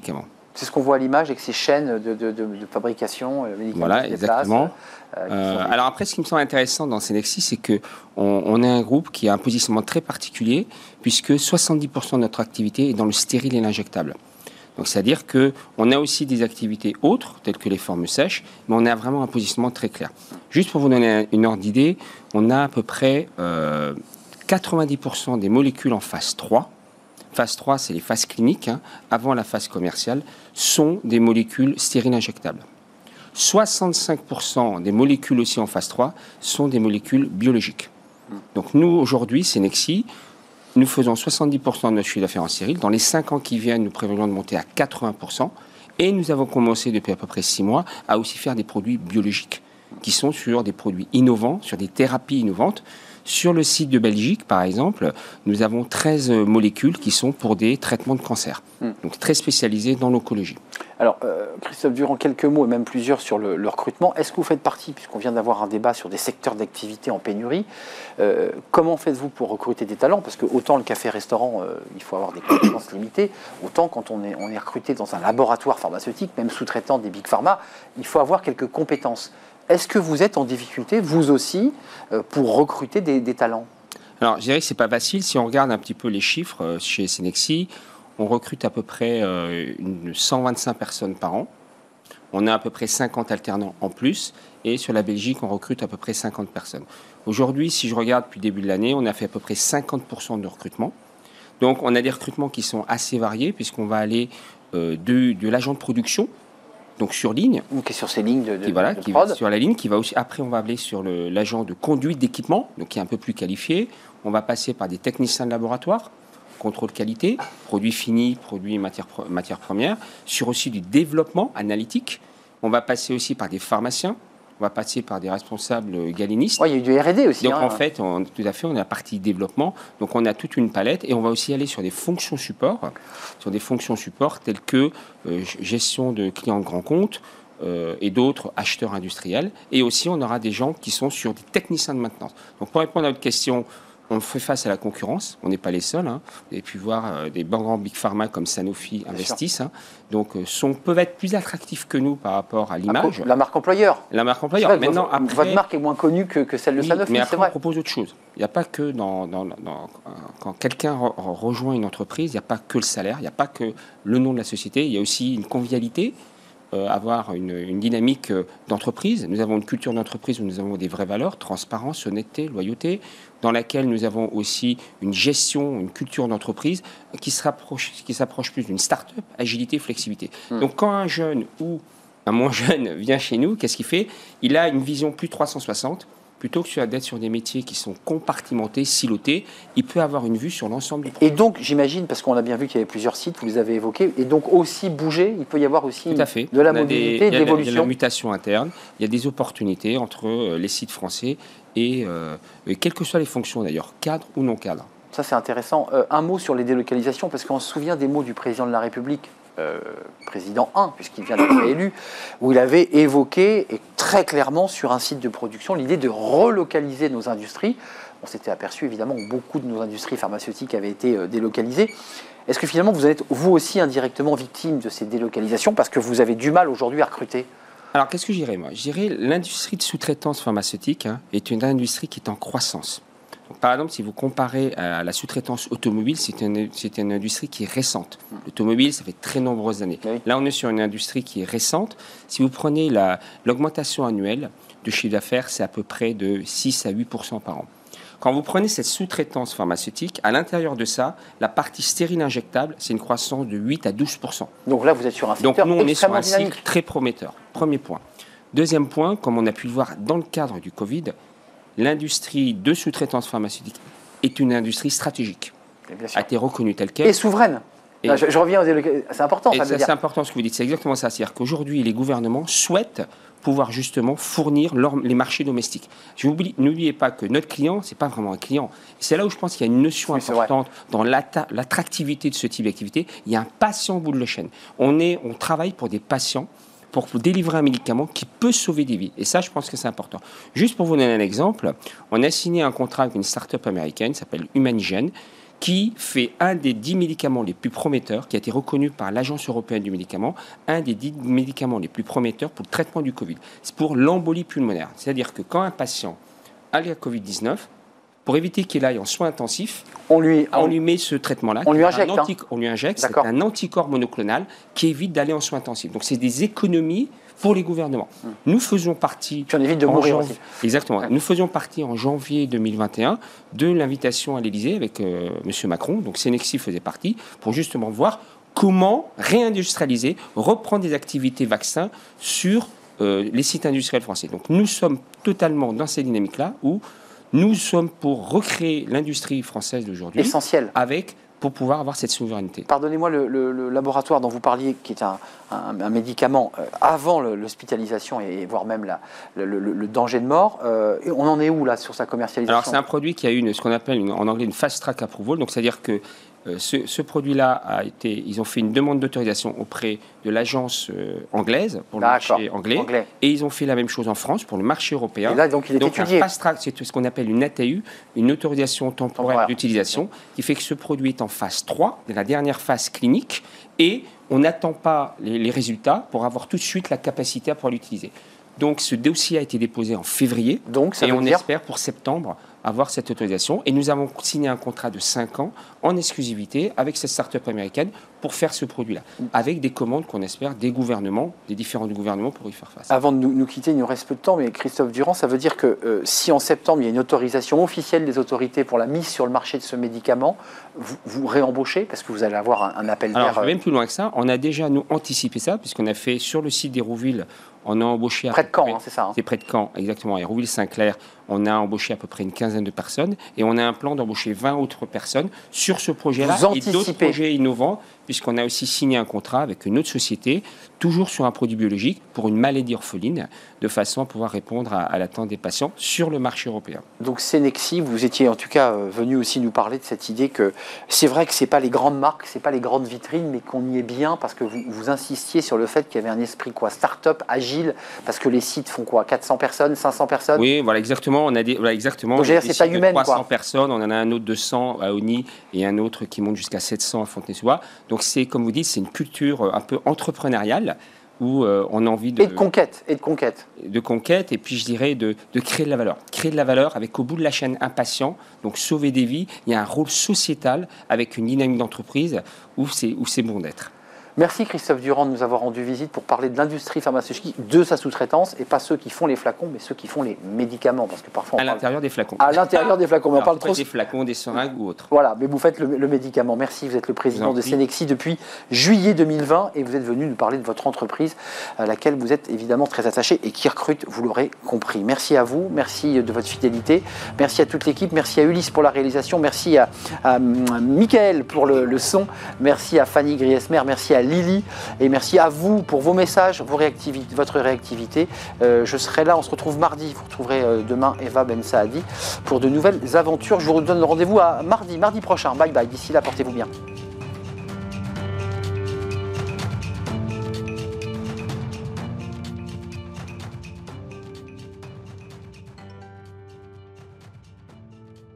C'est ce qu'on voit à l'image avec ces chaînes de, de, de, de fabrication euh, médicale. Voilà, exactement. Euh, euh, alors après, ce qui me semble intéressant dans Cenexi, c'est qu'on on est un groupe qui a un positionnement très particulier, puisque soixante-dix pour cent de notre activité est dans le stérile et l'injectable. Donc c'est-à-dire qu'on a aussi des activités autres, telles que les formes sèches, mais on a vraiment un positionnement très clair. Juste pour vous donner une ordre d'idée, on a à peu près euh, quatre-vingt-dix pour cent des molécules en phase trois. Phase trois, c'est les phases cliniques, hein, avant la phase commerciale, sont des molécules stériles injectables. soixante-cinq pour cent des molécules aussi en phase trois sont des molécules biologiques. Donc nous, aujourd'hui, Cenexi, nous faisons soixante-dix pour cent de notre chiffre d'affaires en stérile. Dans les cinq ans qui viennent, nous prévoyons de monter à quatre-vingts pour cent. Et nous avons commencé depuis à peu près six mois à aussi faire des produits biologiques, qui sont sur des produits innovants, sur des thérapies innovantes. Sur le site de Belgique, par exemple, nous avons treize molécules qui sont pour des traitements de cancer, mmh. donc très spécialisés dans l'oncologie. Alors, euh, Christophe Durand, quelques mots et même plusieurs sur le, le recrutement. Est-ce que vous faites partie, puisqu'on vient d'avoir un débat sur des secteurs d'activité en pénurie, euh, comment faites-vous pour recruter des talents? Parce que autant le café-restaurant, euh, il faut avoir des compétences limitées, autant quand on est, on est recruté dans un laboratoire pharmaceutique, même sous-traitant des big pharma, il faut avoir quelques compétences. Est-ce que vous êtes en difficulté, vous aussi, pour recruter des, des talents? Alors, je dirais que ce n'est pas facile. Si on regarde un petit peu les chiffres chez Cenexi, on recrute à peu près une cent vingt-cinq personnes par an. On a à peu près cinquante alternants en plus. Et sur la Belgique, on recrute à peu près cinquante personnes. Aujourd'hui, si je regarde depuis le début de l'année, on a fait à peu près cinquante pour cent de recrutement. Donc, on a des recrutements qui sont assez variés, puisqu'on va aller euh, de, de l'agent de production, donc sur ligne, ou qui est sur ces lignes de, de, qui, voilà, de qui prod. va sur la ligne, qui va aussi. Après, on va aller sur le, l'agent de conduite d'équipement, donc qui est un peu plus qualifié. On va passer par des techniciens de laboratoire, contrôle qualité, produits finis, produits matières matières premières. Sur aussi du développement analytique, on va passer aussi par des pharmaciens. On va passer par des responsables galenistes. Ouais, il y a eu du R et D aussi. Donc hein. en fait, on, tout à fait, on a la partie développement. Donc on a toute une palette et on va aussi aller sur des fonctions support, sur des fonctions support telles que euh, gestion de clients de grands comptes euh, et d'autres acheteurs industriels. Et aussi, on aura des gens qui sont sur des techniciens de maintenance. Donc pour répondre à votre question, on fait face à la concurrence. On n'est pas les seuls. Hein. Vous avez pu voir euh, des grands big pharma comme Sanofi investissent. Hein. Donc, euh, sont, peuvent être plus attractifs que nous par rapport à l'image. La marque employeur. La marque employeur. Maintenant, votre, après, votre marque est moins connue que, que celle de oui, Sanofi. Mais après, c'est vrai. on propose autre chose. Il n'y a pas que dans, dans, dans quand quelqu'un re, rejoint une entreprise, il n'y a pas que le salaire, il n'y a pas que le nom de la société. Il y a aussi une convivialité. Euh, avoir une, une dynamique euh, d'entreprise. Nous avons une culture d'entreprise où nous avons des vraies valeurs, transparence, honnêteté, loyauté, dans laquelle nous avons aussi une gestion, une culture d'entreprise qui se rapproche, qui s'approche plus d'une start-up, agilité, flexibilité. Mmh. Donc quand un jeune ou un moins jeune vient chez nous, qu'est-ce qu'il fait? Il a une vision plus trois cent soixante. Plutôt que d'être sur des métiers qui sont compartimentés, silotés, il peut avoir une vue sur l'ensemble du projet. Et donc, j'imagine, parce qu'on a bien vu qu'il y avait plusieurs sites, vous les avez évoqués, et donc aussi bouger, il peut y avoir aussi Tout à fait. de la On mobilité, des, de l'évolution. Il y a de la mutation interne, il y a des opportunités entre les sites français et, euh, et quelles que soient les fonctions d'ailleurs, cadre ou non cadre. Ça, c'est intéressant. Euh, un mot sur les délocalisations, parce qu'on se souvient des mots du président de la République, Euh, président un, puisqu'il vient d'être élu, où il avait évoqué, et très clairement sur un site de production, l'idée de relocaliser nos industries. On s'était aperçu évidemment que beaucoup de nos industries pharmaceutiques avaient été euh, délocalisées. Est-ce que finalement vous êtes vous aussi indirectement victime de ces délocalisations parce que vous avez du mal aujourd'hui à recruter? Alors qu'est-ce que je dirais moi? Je dirais l'industrie de sous-traitance pharmaceutique hein, est une industrie qui est en croissance. Donc, par exemple, si vous comparez à la sous-traitance automobile, c'est une, c'est une industrie qui est récente. L'automobile, ça fait très nombreuses années. Oui. Là, on est sur une industrie qui est récente. Si vous prenez la, l'augmentation annuelle de chiffre d'affaires, c'est à peu près de six à huit pour cent par an. Quand vous prenez cette sous-traitance pharmaceutique, à l'intérieur de ça, la partie stérile injectable, c'est une croissance de huit à douze pour cent. Donc là, vous êtes sur un secteur Donc nous, on est sur un dynamique. cycle très prometteur. Premier point. Deuxième point, comme on a pu le voir dans le cadre du Covid, l'industrie de sous-traitance pharmaceutique est une industrie stratégique. A été reconnue telle qu'elle. Et souveraine. Et Là, je, je reviens aux délocalisations. C'est important. Et ça, ça, dire. C'est important ce que vous dites. C'est exactement ça. C'est-à-dire qu'aujourd'hui, les gouvernements souhaitent pouvoir justement fournir leur, les marchés domestiques. Je oublie, n'oubliez pas que notre client, c'est pas vraiment un client. Et c'est là où je pense qu'il y a une notion oui, importante dans l'attractivité de ce type d'activité. Il y a un patient au bout de la chaîne. On, est, on travaille pour des patients pour vous délivrer un médicament qui peut sauver des vies. Et ça, je pense que c'est important. Juste pour vous donner un exemple, on a signé un contrat avec une start-up américaine qui s'appelle Humanigen, qui fait un des dix médicaments les plus prometteurs, qui a été reconnu par l'Agence européenne du médicament, un des dix médicaments les plus prometteurs pour le traitement du Covid. C'est pour l'embolie pulmonaire. C'est-à-dire que quand un patient a la Covid dix-neuf, pour éviter qu'il aille en soins intensifs, on lui, on, on lui met ce traitement-là. On lui injecte. Anti, hein. On lui injecte, c'est un anticorps monoclonal qui évite d'aller en soins intensifs. Donc c'est des économies pour les gouvernements. Hum. Nous faisons partie... Tu en évites de mourir janvier, aussi. Exactement. Ouais. Nous faisions partie en janvier deux mille vingt et un de l'invitation à l'Élysée avec euh, M. Macron, donc Cenexi faisait partie, pour justement voir comment réindustrialiser, reprendre des activités vaccins sur euh, les sites industriels français. Donc nous sommes totalement dans cette dynamique-là où nous sommes pour recréer l'industrie française d'aujourd'hui. Essentiel. Avec... pour pouvoir avoir cette souveraineté. Pardonnez-moi, le, le, le laboratoire dont vous parliez, qui est un, un, un médicament euh, avant l'hospitalisation et, et voire même la, le, le, le danger de mort, euh, on en est où là sur sa commercialisation? Alors c'est un produit qui a eu une, ce qu'on appelle une, en anglais une fast track approval, donc c'est-à-dire que euh, ce, ce produit-là a été, ils ont fait une demande d'autorisation auprès de l'agence euh, anglaise pour le marché anglais, anglais, et ils ont fait la même chose en France pour le marché européen. Et là donc il est donc, étudié. Un fast track, c'est ce qu'on appelle une A T U, une autorisation temporaire d'utilisation, qui fait que ce produit est en phase trois, la dernière phase clinique, et on n'attend pas les, les résultats pour avoir tout de suite la capacité à pouvoir l'utiliser. Donc ce dossier a été déposé en février, donc, ça et veut on dire... espère pour septembre avoir cette autorisation. Et nous avons signé un contrat de cinq ans en exclusivité avec cette start-up américaine pour faire ce produit-là, avec des commandes qu'on espère des gouvernements, des différents gouvernements pour y faire face. Avant de nous, nous quitter, il nous reste peu de temps, mais Christophe Durand, ça veut dire que euh, si en septembre il y a une autorisation officielle des autorités pour la mise sur le marché de ce médicament, vous, vous réembauchez parce que vous allez avoir un, un appel d'air. Alors, je vais même plus loin que ça. On a déjà, nous, anticipé ça, puisqu'on a fait sur le site d'Hérouville, on a embauché... Près de Caen, hein, c'est ça hein. C'est près de Caen, exactement. Hérouville-Saint-Clair, on a embauché à peu près une quinzaine de personnes et on a un plan d'embaucher vingt autres personnes sur ce projet-là et d'autres projets innovants, puisqu'on a aussi signé un contrat avec une autre société, toujours sur un produit biologique, pour une maladie orpheline, de façon à pouvoir répondre à, à l'attente des patients sur le marché européen. Donc Cenexi, vous étiez en tout cas euh, venu aussi nous parler de cette idée que c'est vrai que ce n'est pas les grandes marques, ce n'est pas les grandes vitrines, mais qu'on y est bien parce que vous, vous insistiez sur le fait qu'il y avait un esprit quoi, start-up, agile, parce que les sites font quoi, quatre cents personnes, cinq cents personnes? Oui, voilà, exactement. On a des, voilà, exactement. Donc, c'est pas humaine, trois cents quoi. Personnes, on en a un autre de cent à Osny et un autre qui monte jusqu'à sept cents à Fontenay-sous-Bois. Donc c'est, comme vous dites, c'est une culture un peu entrepreneuriale où euh, on a envie de... Et de conquête, et de conquête. De conquête, et puis je dirais de, de créer de la valeur. Créer de la valeur avec au bout de la chaîne un patient, donc sauver des vies. Il y a un rôle sociétal avec une dynamique d'entreprise où c'est, où c'est bon d'être. Merci Christophe Durand de nous avoir rendu visite pour parler de l'industrie pharmaceutique, de sa sous-traitance, et pas ceux qui font les flacons, mais ceux qui font les médicaments, parce que parfois on à parle... l'intérieur des flacons. À l'intérieur des flacons, mais on parle trop... Des flacons, des seringues ou autres. Voilà, mais vous faites le, le médicament. Merci, vous êtes le président de Cenexi depuis juillet deux mille vingt, et vous êtes venu nous parler de votre entreprise, à laquelle vous êtes évidemment très attaché et qui recrute, vous l'aurez compris. Merci à vous, merci de votre fidélité, merci à toute l'équipe, merci à Ulysse pour la réalisation, merci à, à, à Mickaël pour le, le son, merci à Fanny Griesmer, merci à Lily. Et merci à vous pour vos messages, vos réactivités, votre réactivité. Euh, je serai là, on se retrouve mardi. Vous retrouverez euh, demain Eva Ben Saadi pour de nouvelles aventures. Je vous donne rendez-vous à mardi, mardi prochain. Bye bye. D'ici là, portez-vous bien.